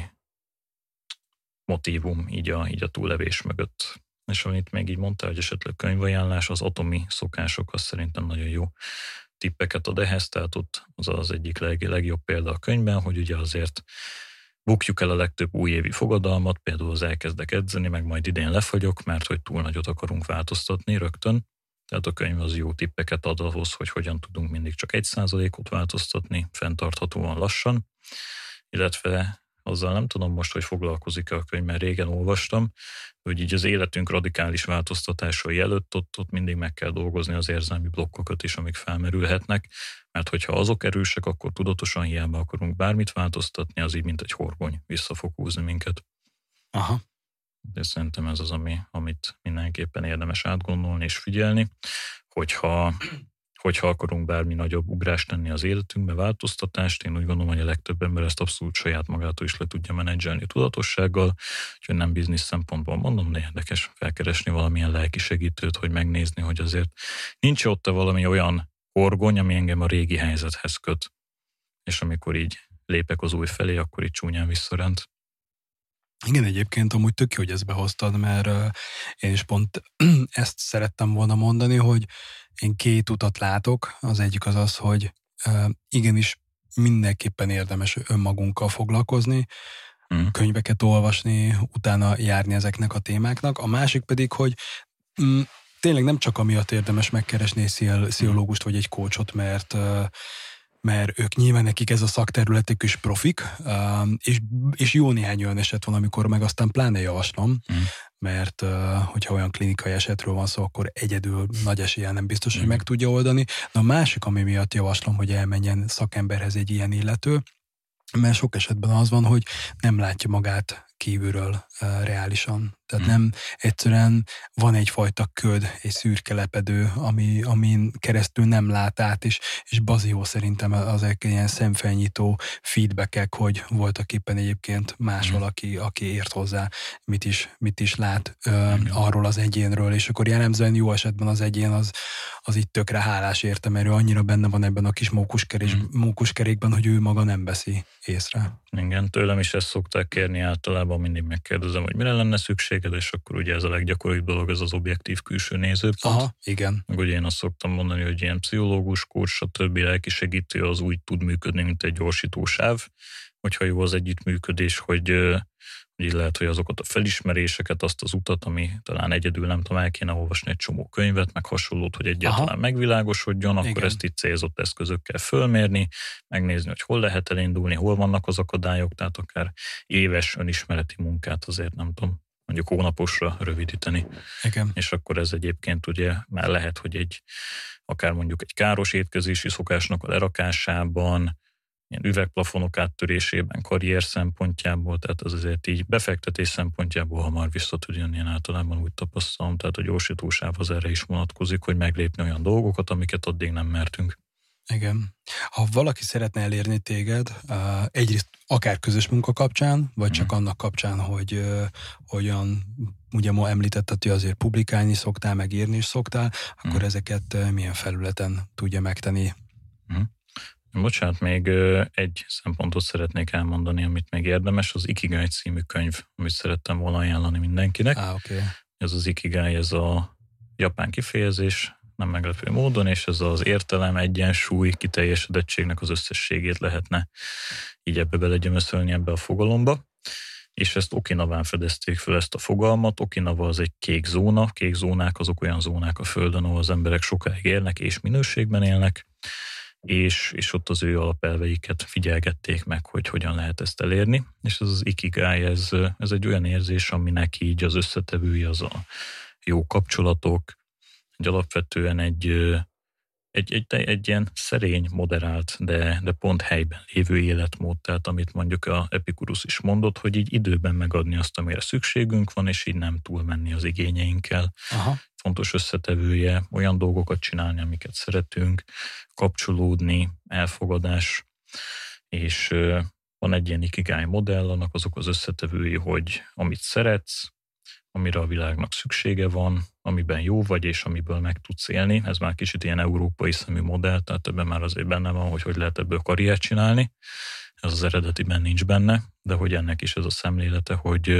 motívum így a túllevés mögött. És amit még így mondtál, hogy esetleg könyvajánlás, az atomi szokások, az szerintem nagyon jó tippeket ad ehhez, tehát ott az egyik legjobb példa a könyvben, hogy ugye azért bukjuk el a legtöbb újévi fogadalmat, például az elkezdek edzeni, meg majd idén lefagyok, mert hogy túl nagyot akarunk változtatni rögtön. Tehát a könyv az jó tippeket ad ahhoz, hogy hogyan tudunk mindig csak 1%-ot változtatni, fenntarthatóan lassan, illetve azzal nem tudom most, hogy foglalkozik-e a könyv, mert régen olvastam, hogy így az életünk radikális változtatásai előtt ott mindig meg kell dolgozni az érzelmi blokkokat is, amik felmerülhetnek, mert hogyha azok erősek, akkor tudatosan hiába akarunk bármit változtatni, az így mint egy horgony vissza fog húzni minket. Aha. De szerintem ez az, amit mindenképpen érdemes átgondolni és figyelni, hogyha akarunk bármi nagyobb ugrást tenni az életünkbe, változtatást, én úgy gondolom, hogy a legtöbb ember ezt abszolút saját magától is le tudja menedzselni tudatossággal, úgyhogy nem biznisz szempontból mondom, de érdekes felkeresni valamilyen lelki segítőt, hogy megnézni, hogy azért nincs ott valami olyan horgony, ami engem a régi helyzethez köt, és amikor így lépek az új felé, akkor így csúnyán visszarend. Igen, egyébként amúgy tök jó, hogy ezt behoztad, mert én is pont ezt szerettem volna mondani, hogy én 2 utat látok. Az egyik az, hogy igenis mindenképpen érdemes önmagunkkal foglalkozni, könyveket olvasni, utána járni ezeknek a témáknak. A másik pedig, hogy tényleg nem csak amiatt érdemes megkeresni egy pszichológust vagy egy coachot, mert ők nyilván nekik ez a szakterületük is profik, és jó néhány olyan eset van, amikor meg aztán pláne javaslom, mert hogyha olyan klinikai esetről van szó, akkor egyedül nagy eséllyel nem biztos, hogy meg tudja oldani. De a másik, ami miatt javaslom, hogy elmenjen szakemberhez egy ilyen illető, mert sok esetben az van, hogy nem látja magát kívülről reálisan. Tehát nem egyszerűen van egyfajta köd, egy szürke lepedő, amin keresztül nem lát át, és bazió szerintem azok ilyen szemfelnyitó feedbackek, hogy voltak éppen egyébként más valaki, aki ért hozzá, mit is lát arról az egyénről, és akkor jellemzően jó esetben az egyén az itt tökre hálás érte, mert ő annyira benne van ebben a kis mókuskerékben, hogy ő maga nem veszi észre. Igen, tőlem is ezt szokták kérni, általában mindig megkérdezem, hogy mire lenne szükséged, és akkor ugye ez a leggyakoribb dolog, ez az objektív külső nézőpont. Aha, igen. Meg ugye én azt szoktam mondani, hogy ilyen pszichológus, coach, stb. Lelki segítő az úgy tud működni, mint egy gyorsítósáv, hogyha jó az együttműködés, hogy így lehet, hogy azokat a felismeréseket, azt az utat, ami talán egyedül nem tudom, el kéne olvasni egy csomó könyvet, meg hasonlót, hogy egyáltalán megvilágosodjon, akkor ezt itt célzott eszközökkel fölmérni, megnézni, hogy hol lehet elindulni, hol vannak az akadályok, tehát akár éves önismereti munkát azért nem tudom, mondjuk hónaposra rövidíteni. Igen. És akkor ez egyébként ugye már lehet, hogy akár mondjuk egy káros étkezési szokásnak a lerakásában, ilyen üvegplafonok áttörésében, karrier szempontjából, tehát az azért így befektetés szempontjából hamar vissza tud jönni, én általában úgy tapasztalom, tehát a gyorsítósáv az erre is vonatkozik, hogy meglépni olyan dolgokat, amiket addig nem mertünk. Igen. Ha valaki szeretne elérni téged, egyrészt akár közös munka kapcsán, vagy csak annak kapcsán, hogy olyan, ugye ma említetted, hogy azért publikálni szoktál, meg írni is szoktál, akkor ezeket milyen felületen tudja megtenni? Bocsánat, még egy szempontot szeretnék elmondani, amit még érdemes, az Ikigai című könyv, amit szerettem volna ajánlani mindenkinek. Okay. Ez az Ikigai, ez a japán kifejezés, nem meglepő módon, és ez az értelem, egyensúly, kiteljesedettségnek az összességét lehetne így ebbe belegyömöszölni ebbe a fogalomba. És ezt Okinawán fedezték föl ezt a fogalmat. Okinawa az egy kék zóna. Kék zónák azok olyan zónák a Földön, ahol az emberek sokáig élnek és minőségben élnek, és ott az ő alapelveiket figyelgették meg, hogy hogyan lehet ezt elérni. És ez az Ikigai, ez egy olyan érzés, aminek így az összetevője az a jó kapcsolatok, egy alapvetően egy ilyen szerény, moderált, de pont helyben lévő életmód, tehát amit mondjuk a Epikurusz is mondott, hogy így időben megadni azt, amire szükségünk van, és így nem túl menni az igényeinkkel. Aha. Fontos összetevője, olyan dolgokat csinálni, amiket szeretünk, kapcsolódni, elfogadás, és van egy ilyen Ikigai modell, annak azok az összetevői, hogy amit szeretsz, amire a világnak szüksége van, amiben jó vagy, és amiből meg tudsz élni. Ez már kicsit ilyen európai szemű modell, tehát ebben már azért benne van, hogy lehet ebből karriert csinálni. Ez az eredetiben nincs benne, de hogy ennek is ez a szemlélete,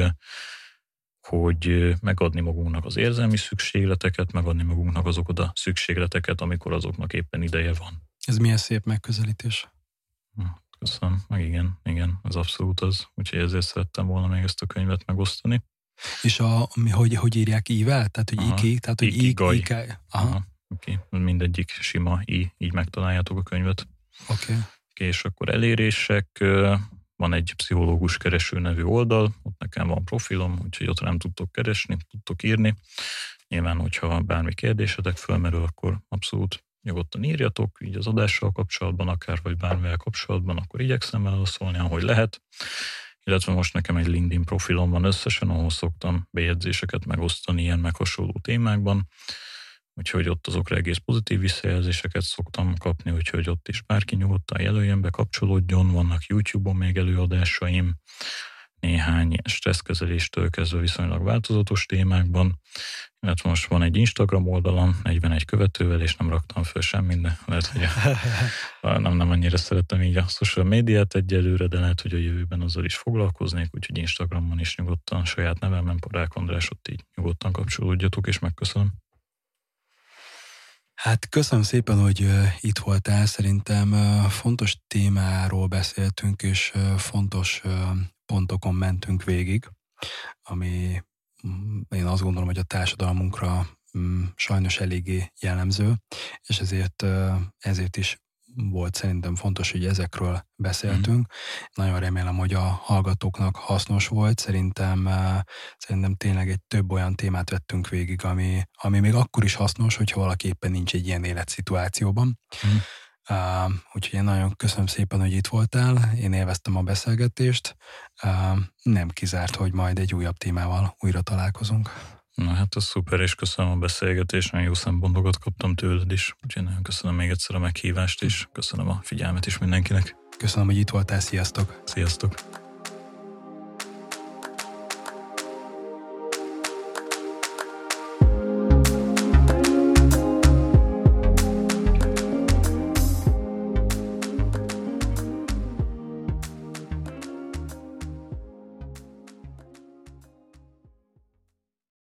hogy megadni magunknak az érzelmi szükségleteket, megadni magunknak azokat a szükségleteket, amikor azoknak éppen ideje van. Ez milyen szép megközelítés. Köszönöm, meg igen, ez abszolút az. Úgyhogy ezért szerettem volna még ezt a könyvet megosztani. És hogy írják ível? Tehát, hogy iki, tehát, hogy Ikigai. Aha. Okay. Mindegyik sima így megtaláljátok a könyvet. Oké. És akkor elérések, van egy pszichológus kereső nevű oldal, ott nekem van profilom, úgyhogy ott nem tudtok keresni, tudtok írni. Nyilván, hogyha bármi kérdésetek fölmerül, akkor abszolút nyugodtan írjatok, így az adással kapcsolatban akár, vagy bármivel kapcsolatban, akkor igyekszem válaszolni, ahogy lehet. Illetve most nekem egy LinkedIn profilom van összesen, ahol szoktam bejegyzéseket megosztani ilyen meg hasonló témákban, úgyhogy ott azokra egész pozitív visszajelzéseket szoktam kapni, úgyhogy ott is bárki nyugodtan jelöljen be, kapcsolódjon, vannak YouTube-on még előadásaim, néhány stresszkezeléstől kezdve viszonylag változatos témákban, illetve most van egy Instagram oldalam, 41 követővel, és nem raktam föl semmit, de lehet, hogy nem annyira szeretem így a social médiát egyelőre, de lehet, hogy a jövőben azzal is foglalkoznék, úgyhogy Instagramon is nyugodtan saját nevemben Podák András, ott így nyugodtan kapcsolódjatok, és megköszönöm. Hát köszönöm szépen, hogy itt voltál. Szerintem fontos témáról beszéltünk, és fontos pontokon mentünk végig, ami én azt gondolom, hogy a társadalmunkra sajnos eléggé jellemző, és ezért is volt szerintem fontos, hogy ezekről beszéltünk. Nagyon remélem, hogy a hallgatóknak hasznos volt. Szerintem tényleg egy több olyan témát vettünk végig, ami még akkor is hasznos, hogyha valaki éppen nincs egy ilyen életszituációban. Úgyhogy én nagyon köszönöm szépen, hogy itt voltál. Én élveztem a beszélgetést. Nem kizárt, hogy majd egy újabb témával újra találkozunk. Na hát ez szuper, és köszönöm a beszélgetést, nagyon jó szempontokat kaptam tőled is, úgyhogy nagyon köszönöm még egyszer a meghívást, és köszönöm a figyelmet is mindenkinek. Köszönöm, hogy itt voltál, sziasztok! Sziasztok!